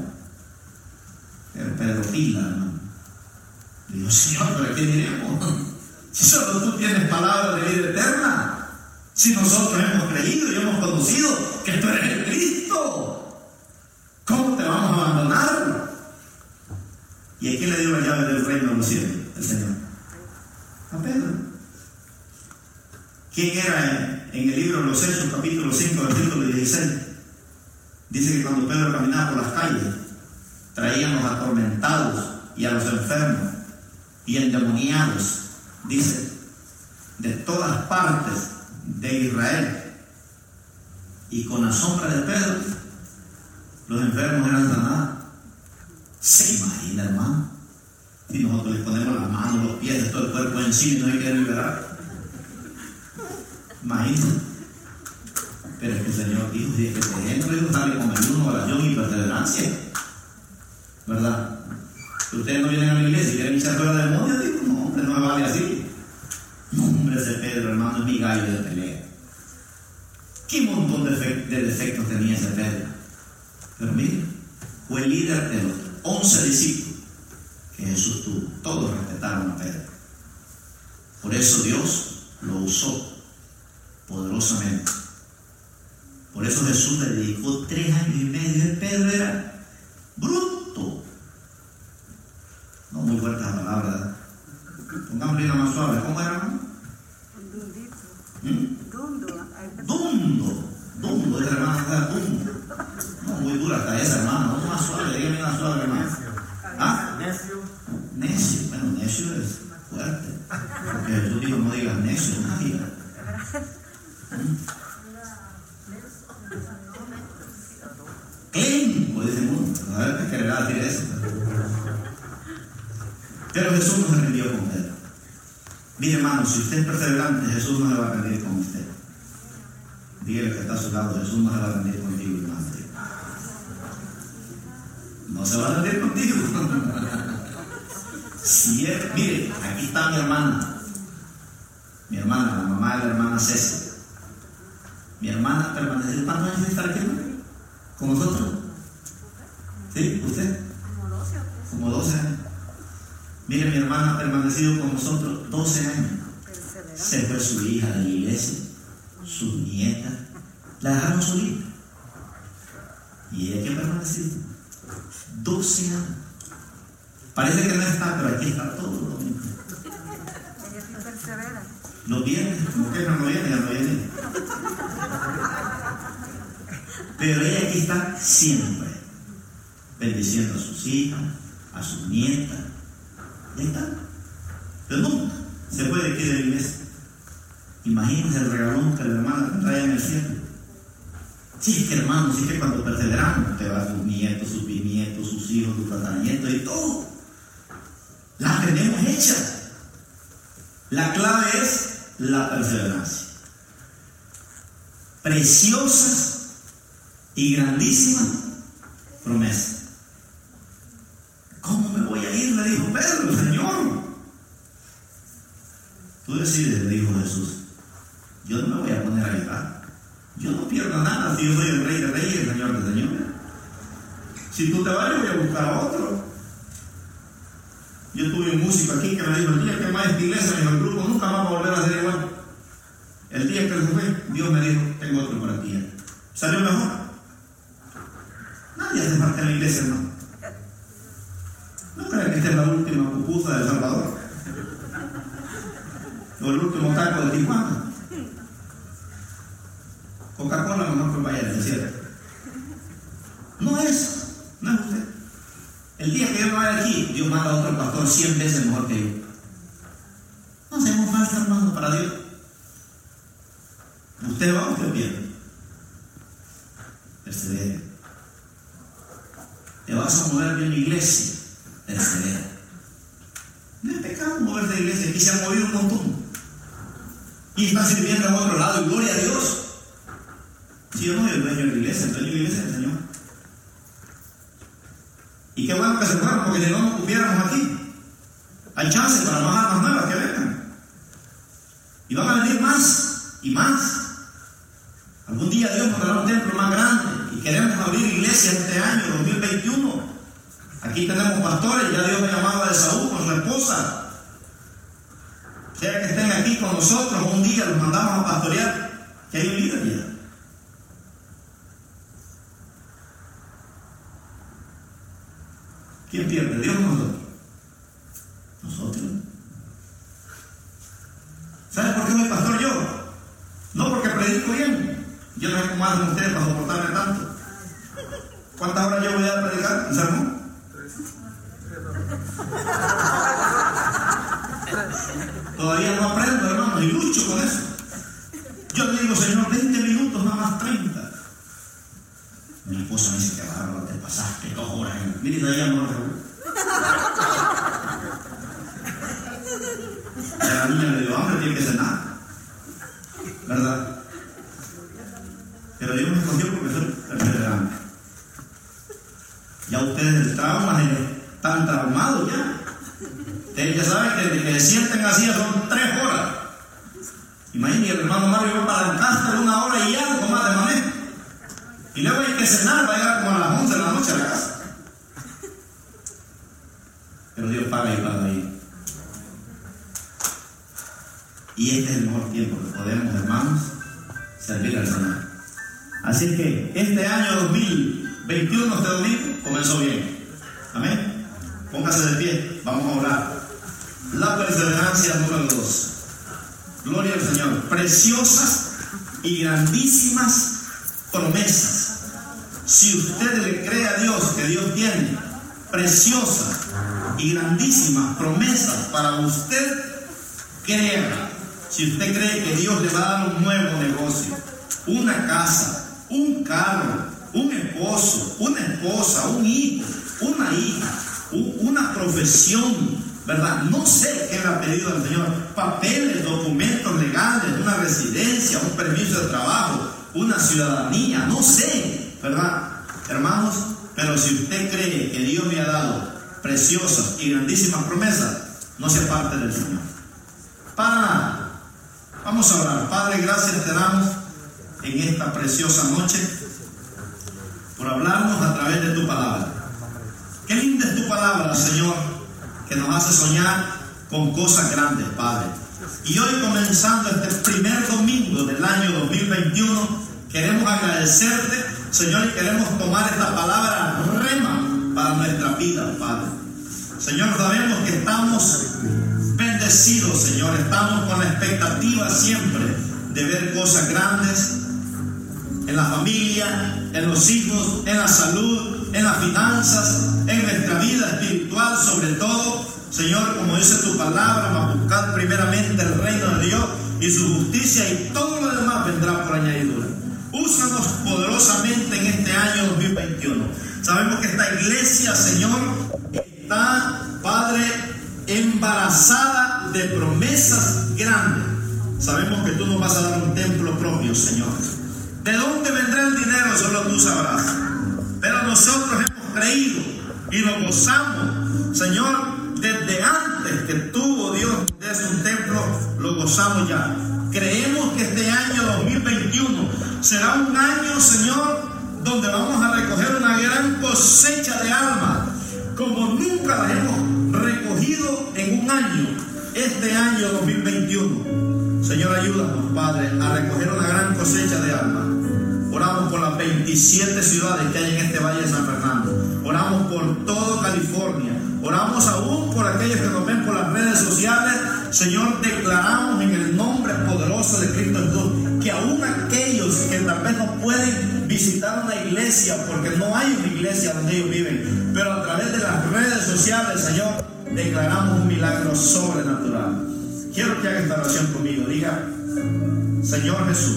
Pero Pedro pila, hermano. Le dijo: Señor, ¿para qué diremos? Si solo tú tienes palabra de vida eterna. Si nosotros hemos creído y hemos conocido que tú eres el Cristo, ¿cómo te vamos a abandonar? ¿Y a quién le dio la llave del reino de los cielos? El Señor. A Pedro. ¿Quién era en, en el libro de los Hechos, capítulo cinco, versículo dieciséis? Dice que cuando Pedro caminaba por las calles, traían los atormentados y a los enfermos y endemoniados, dice, de todas partes de Israel. Y con la sombra de Pedro, los enfermos eran sanados. ¿Se imagina, hermano? Si nosotros les ponemos las manos, los pies, todo el cuerpo encima y no hay que liberar. Imagínate. Pero es que el Señor dijo: si es que por ejemplo Dios sale con ayuno, oración y perseverancia, ¿verdad? Si ustedes no vienen a la iglesia y quieren echar fuera de demonios, digo: no, hombre, no me vale así. No, hombre, ese Pedro, hermano, es mi gallo de pelea. ¿Qué montón de, fe- de defectos tenía ese Pedro? Pero mire, fue el líder de los once discípulos que Jesús tuvo. Todos respetaron a Pedro. Por eso Dios lo usó poderosamente. Por eso Jesús le dedicó tres años y medio. El Pedro era bruto. No muy fuerte la palabra, ¿verdad? Pongámosle una más suave. ¿Cómo era, hermano? ¿Mm? Dundo. Dundo. Esa hermana era dundo. No, muy dura hasta esa, hermana. No más suave. Dígame una suave, hermano. ¿Ah? Necio. Necio. Bueno, necio es fuerte. Porque Jesús dijo: no digas necio, no digas. Clenco, dice uno. A ver qué quererá decir eso. Pero Jesús no se rindió con Pedro. Mire, hermano, si usted es perseverante, Jesús no se va a rendir con usted. Dígale que está a su lado, Jesús no se va a rendir contigo, hermano. No se va a rendir contigo. Si es, mire, aquí está mi hermana. Mi hermana, la mamá de la hermana César. Mi hermana permaneció cuántos años de estar aquí, ¿no? ¿Con nosotros? ¿Sí? ¿Usted? Como doce. Como doce años. Mire, mi hermana ha permanecido con nosotros doce años. Se fue su hija de la iglesia, su nieta, la dejaron solita. Y ella que ha permanecido doce años. Parece que no está, pero aquí está todo lo mismo. Ella sí persevera. Los viernes, como que no viene, ya no viene. Pero ella aquí está siempre, bendiciendo a sus hijas, a sus nietas. Y ahí está. Pero nunca se puede ir de la iglesia. Imagínense el regalón que la hermana trae en el cielo. Sí, que hermano, sí que cuando perseveramos, te va a sus nietos, sus bisnietos, sus hijos, sus tataranietos y todo. Las tenemos hechas. La clave es la perseverancia. Preciosas y grandísimas promesas. ¿Cómo me voy a ir? Le dijo Pedro, Señor. Tú decides, le dijo Jesús. Yo no me voy a poner a llorar. Yo no pierdo nada si yo soy el rey de reyes, el señor de señores. Si tú te vas, yo voy a buscar a otro. Yo tuve un músico aquí que me dijo: el día que más esta iglesia, en el grupo nunca más va a volver a ser igual. El día que se fue, Dios me dijo: tengo otro para ti. ¿Salió mejor? Nadie hace falta en la iglesia, ¿no? No crean que esta es la última pupusa de El Salvador. O el último taco de Tijuana. Coca-Cola mejor que vaya al desierto. No es, no es usted. El día que yo me vaya aquí, Dios manda a otro pastor cien veces mejor que yo. No hacemos falta, hermano, para Dios. Usted va o usted pierde. Persevera. Te vas a mover de una iglesia. Persevera. No es pecado moverse de iglesia. Aquí se han movido un montón. Y están sirviendo a otro lado. Y gloria a Dios. Si yo no soy el dueño de la iglesia, el dueño de la iglesia es el Señor. Y qué bueno que se fueron, porque si no nos cupiéramos aquí. Hay chance para más armas nuevas que vengan. Y van a venir más y más. Algún día Dios nos dará un templo más grande. Y queremos abrir iglesias este año, dos mil veintiuno. Aquí tenemos pastores, ya Dios me llamaba de Saúl con su esposa. Sea que estén aquí con nosotros, un día los mandamos a pastorear, que hay un líder ya. ¿Quién pierde? ¿Dios o nosotros? Nosotros. ¿Sabes por qué soy pastor yo? No porque predico bien. Yo no sé cómo hacen ustedes para soportarme tanto. ¿Cuántas horas yo voy a predicar? ¿Un sermón? Todavía no aprendo, hermano, y lucho con eso. Yo le digo: Señor, veinte minutos, nada más treinta. Mi esposa me dice: que bárbaro, te pasaste dos horas. Mire, de ahí amor. Ya la niña le dio hambre, tiene que cenar. ¿Verdad? Pero Dios me escogió porque soy perseverante. Ya ustedes del trauma están traumados ya. Ustedes ya saben que desde que se sienten así son tres horas. Imagínense, el hermano Mario va para Lancaster una hora y algo más de manejo. Y luego hay que cenar para llegar como a las once de la noche a la casa. Pero Dios paga y paga ahí. Y este es el mejor tiempo que podemos, hermanos, servir al Señor. Así que este año dos mil veintiuno, este domingo, comenzó bien. Amén. Póngase de pie, vamos a orar. La perseverancia número dos. Gloria al Señor. Preciosas y grandísimas promesas. Si usted le cree a Dios que Dios tiene preciosas y grandísimas promesas para usted, créala. Si usted cree que Dios le va a dar un nuevo negocio, una casa, un carro, un esposo, una esposa, un hijo, una hija, un, una profesión, ¿verdad? No sé qué le ha pedido al Señor. Papeles, documentos legales, una residencia, un permiso de trabajo, una ciudadanía, no sé, ¿verdad? Hermanos, pero si usted cree que Dios me ha dado preciosas y grandísimas promesas, no se aparte del Señor. Para nada. Vamos a orar. Padre, gracias te damos en esta preciosa noche por hablarnos a través de tu palabra. Qué linda es tu palabra, Señor, que nos hace soñar con cosas grandes, Padre. Y hoy, comenzando este primer domingo del año dos mil veintiuno, queremos agradecerte, Señor, y queremos tomar esta palabra rema para nuestra vida, Padre. Señor, sabemos que estamos bendecidos, Señor, estamos con la expectativa siempre de ver cosas grandes en la familia, en los hijos, en la salud, en las finanzas, en nuestra vida espiritual, sobre todo, Señor, como dice tu palabra, va a buscar primeramente el reino de Dios y su justicia, y todo lo demás vendrá por añadidura. Úsanos poderosamente en este año dos mil veintiuno. Sabemos que esta iglesia, Señor, está, Padre, embarazada de promesas grandes. Sabemos que tú nos vas a dar un templo propio, Señor. ¿De dónde vendrá el dinero? Solo tú sabrás. Pero nosotros hemos creído y lo gozamos, Señor, desde antes que tú, oh Dios, des un templo, lo gozamos ya. Creemos que este año dos mil veintiuno será un año, Señor, donde vamos a recoger una gran cosecha de almas, como nunca las hemos recogido en un año, este año dos mil veintiuno. Señor, ayúdanos, Padre, a recoger una gran cosecha de almas. Oramos por las veintisiete ciudades que hay en este Valle de San Fernando. Oramos por todo California. Oramos aún por aquellos que nos ven por las redes sociales. Señor, declaramos en el nombre poderoso de Cristo Jesús que aún aquellos que tal vez no pueden visitar una iglesia porque no hay una iglesia donde ellos viven, pero a través de las redes sociales, Señor, declaramos un milagro sobrenatural. Quiero que haga esta oración conmigo. Diga: Señor Jesús,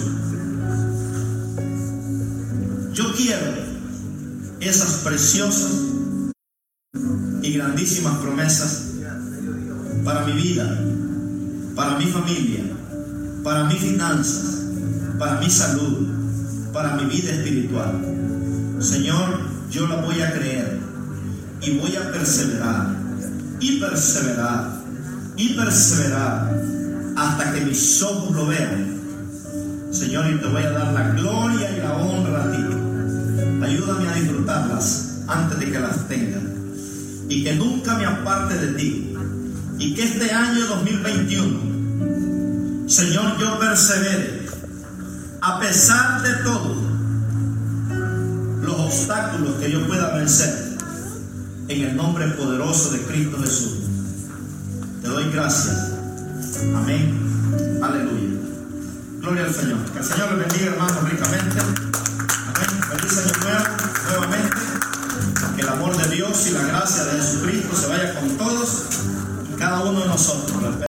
yo quiero esas preciosas y grandísimas promesas para mi vida, para mi familia, para mis finanzas, para mi salud, para mi vida espiritual. Señor, yo la voy a creer y voy a perseverar y perseverar y perseverar hasta que mis ojos lo vean. Señor, y te voy a dar la gloria y la honra a ti. Ayúdame a disfrutarlas antes de que las tenga, y que nunca me aparte de ti, y que este año dos mil veintiuno, Señor, yo persevere a pesar de todo los obstáculos que yo pueda vencer, en el nombre poderoso de Cristo Jesús. Te doy gracias. Amén. Aleluya. Gloria al Señor. Que el Señor les bendiga, hermanos, ricamente. Amén. Feliz año nuevo, nuevamente. Que el amor de Dios y la gracia de Jesucristo se vaya con todos y cada uno de nosotros.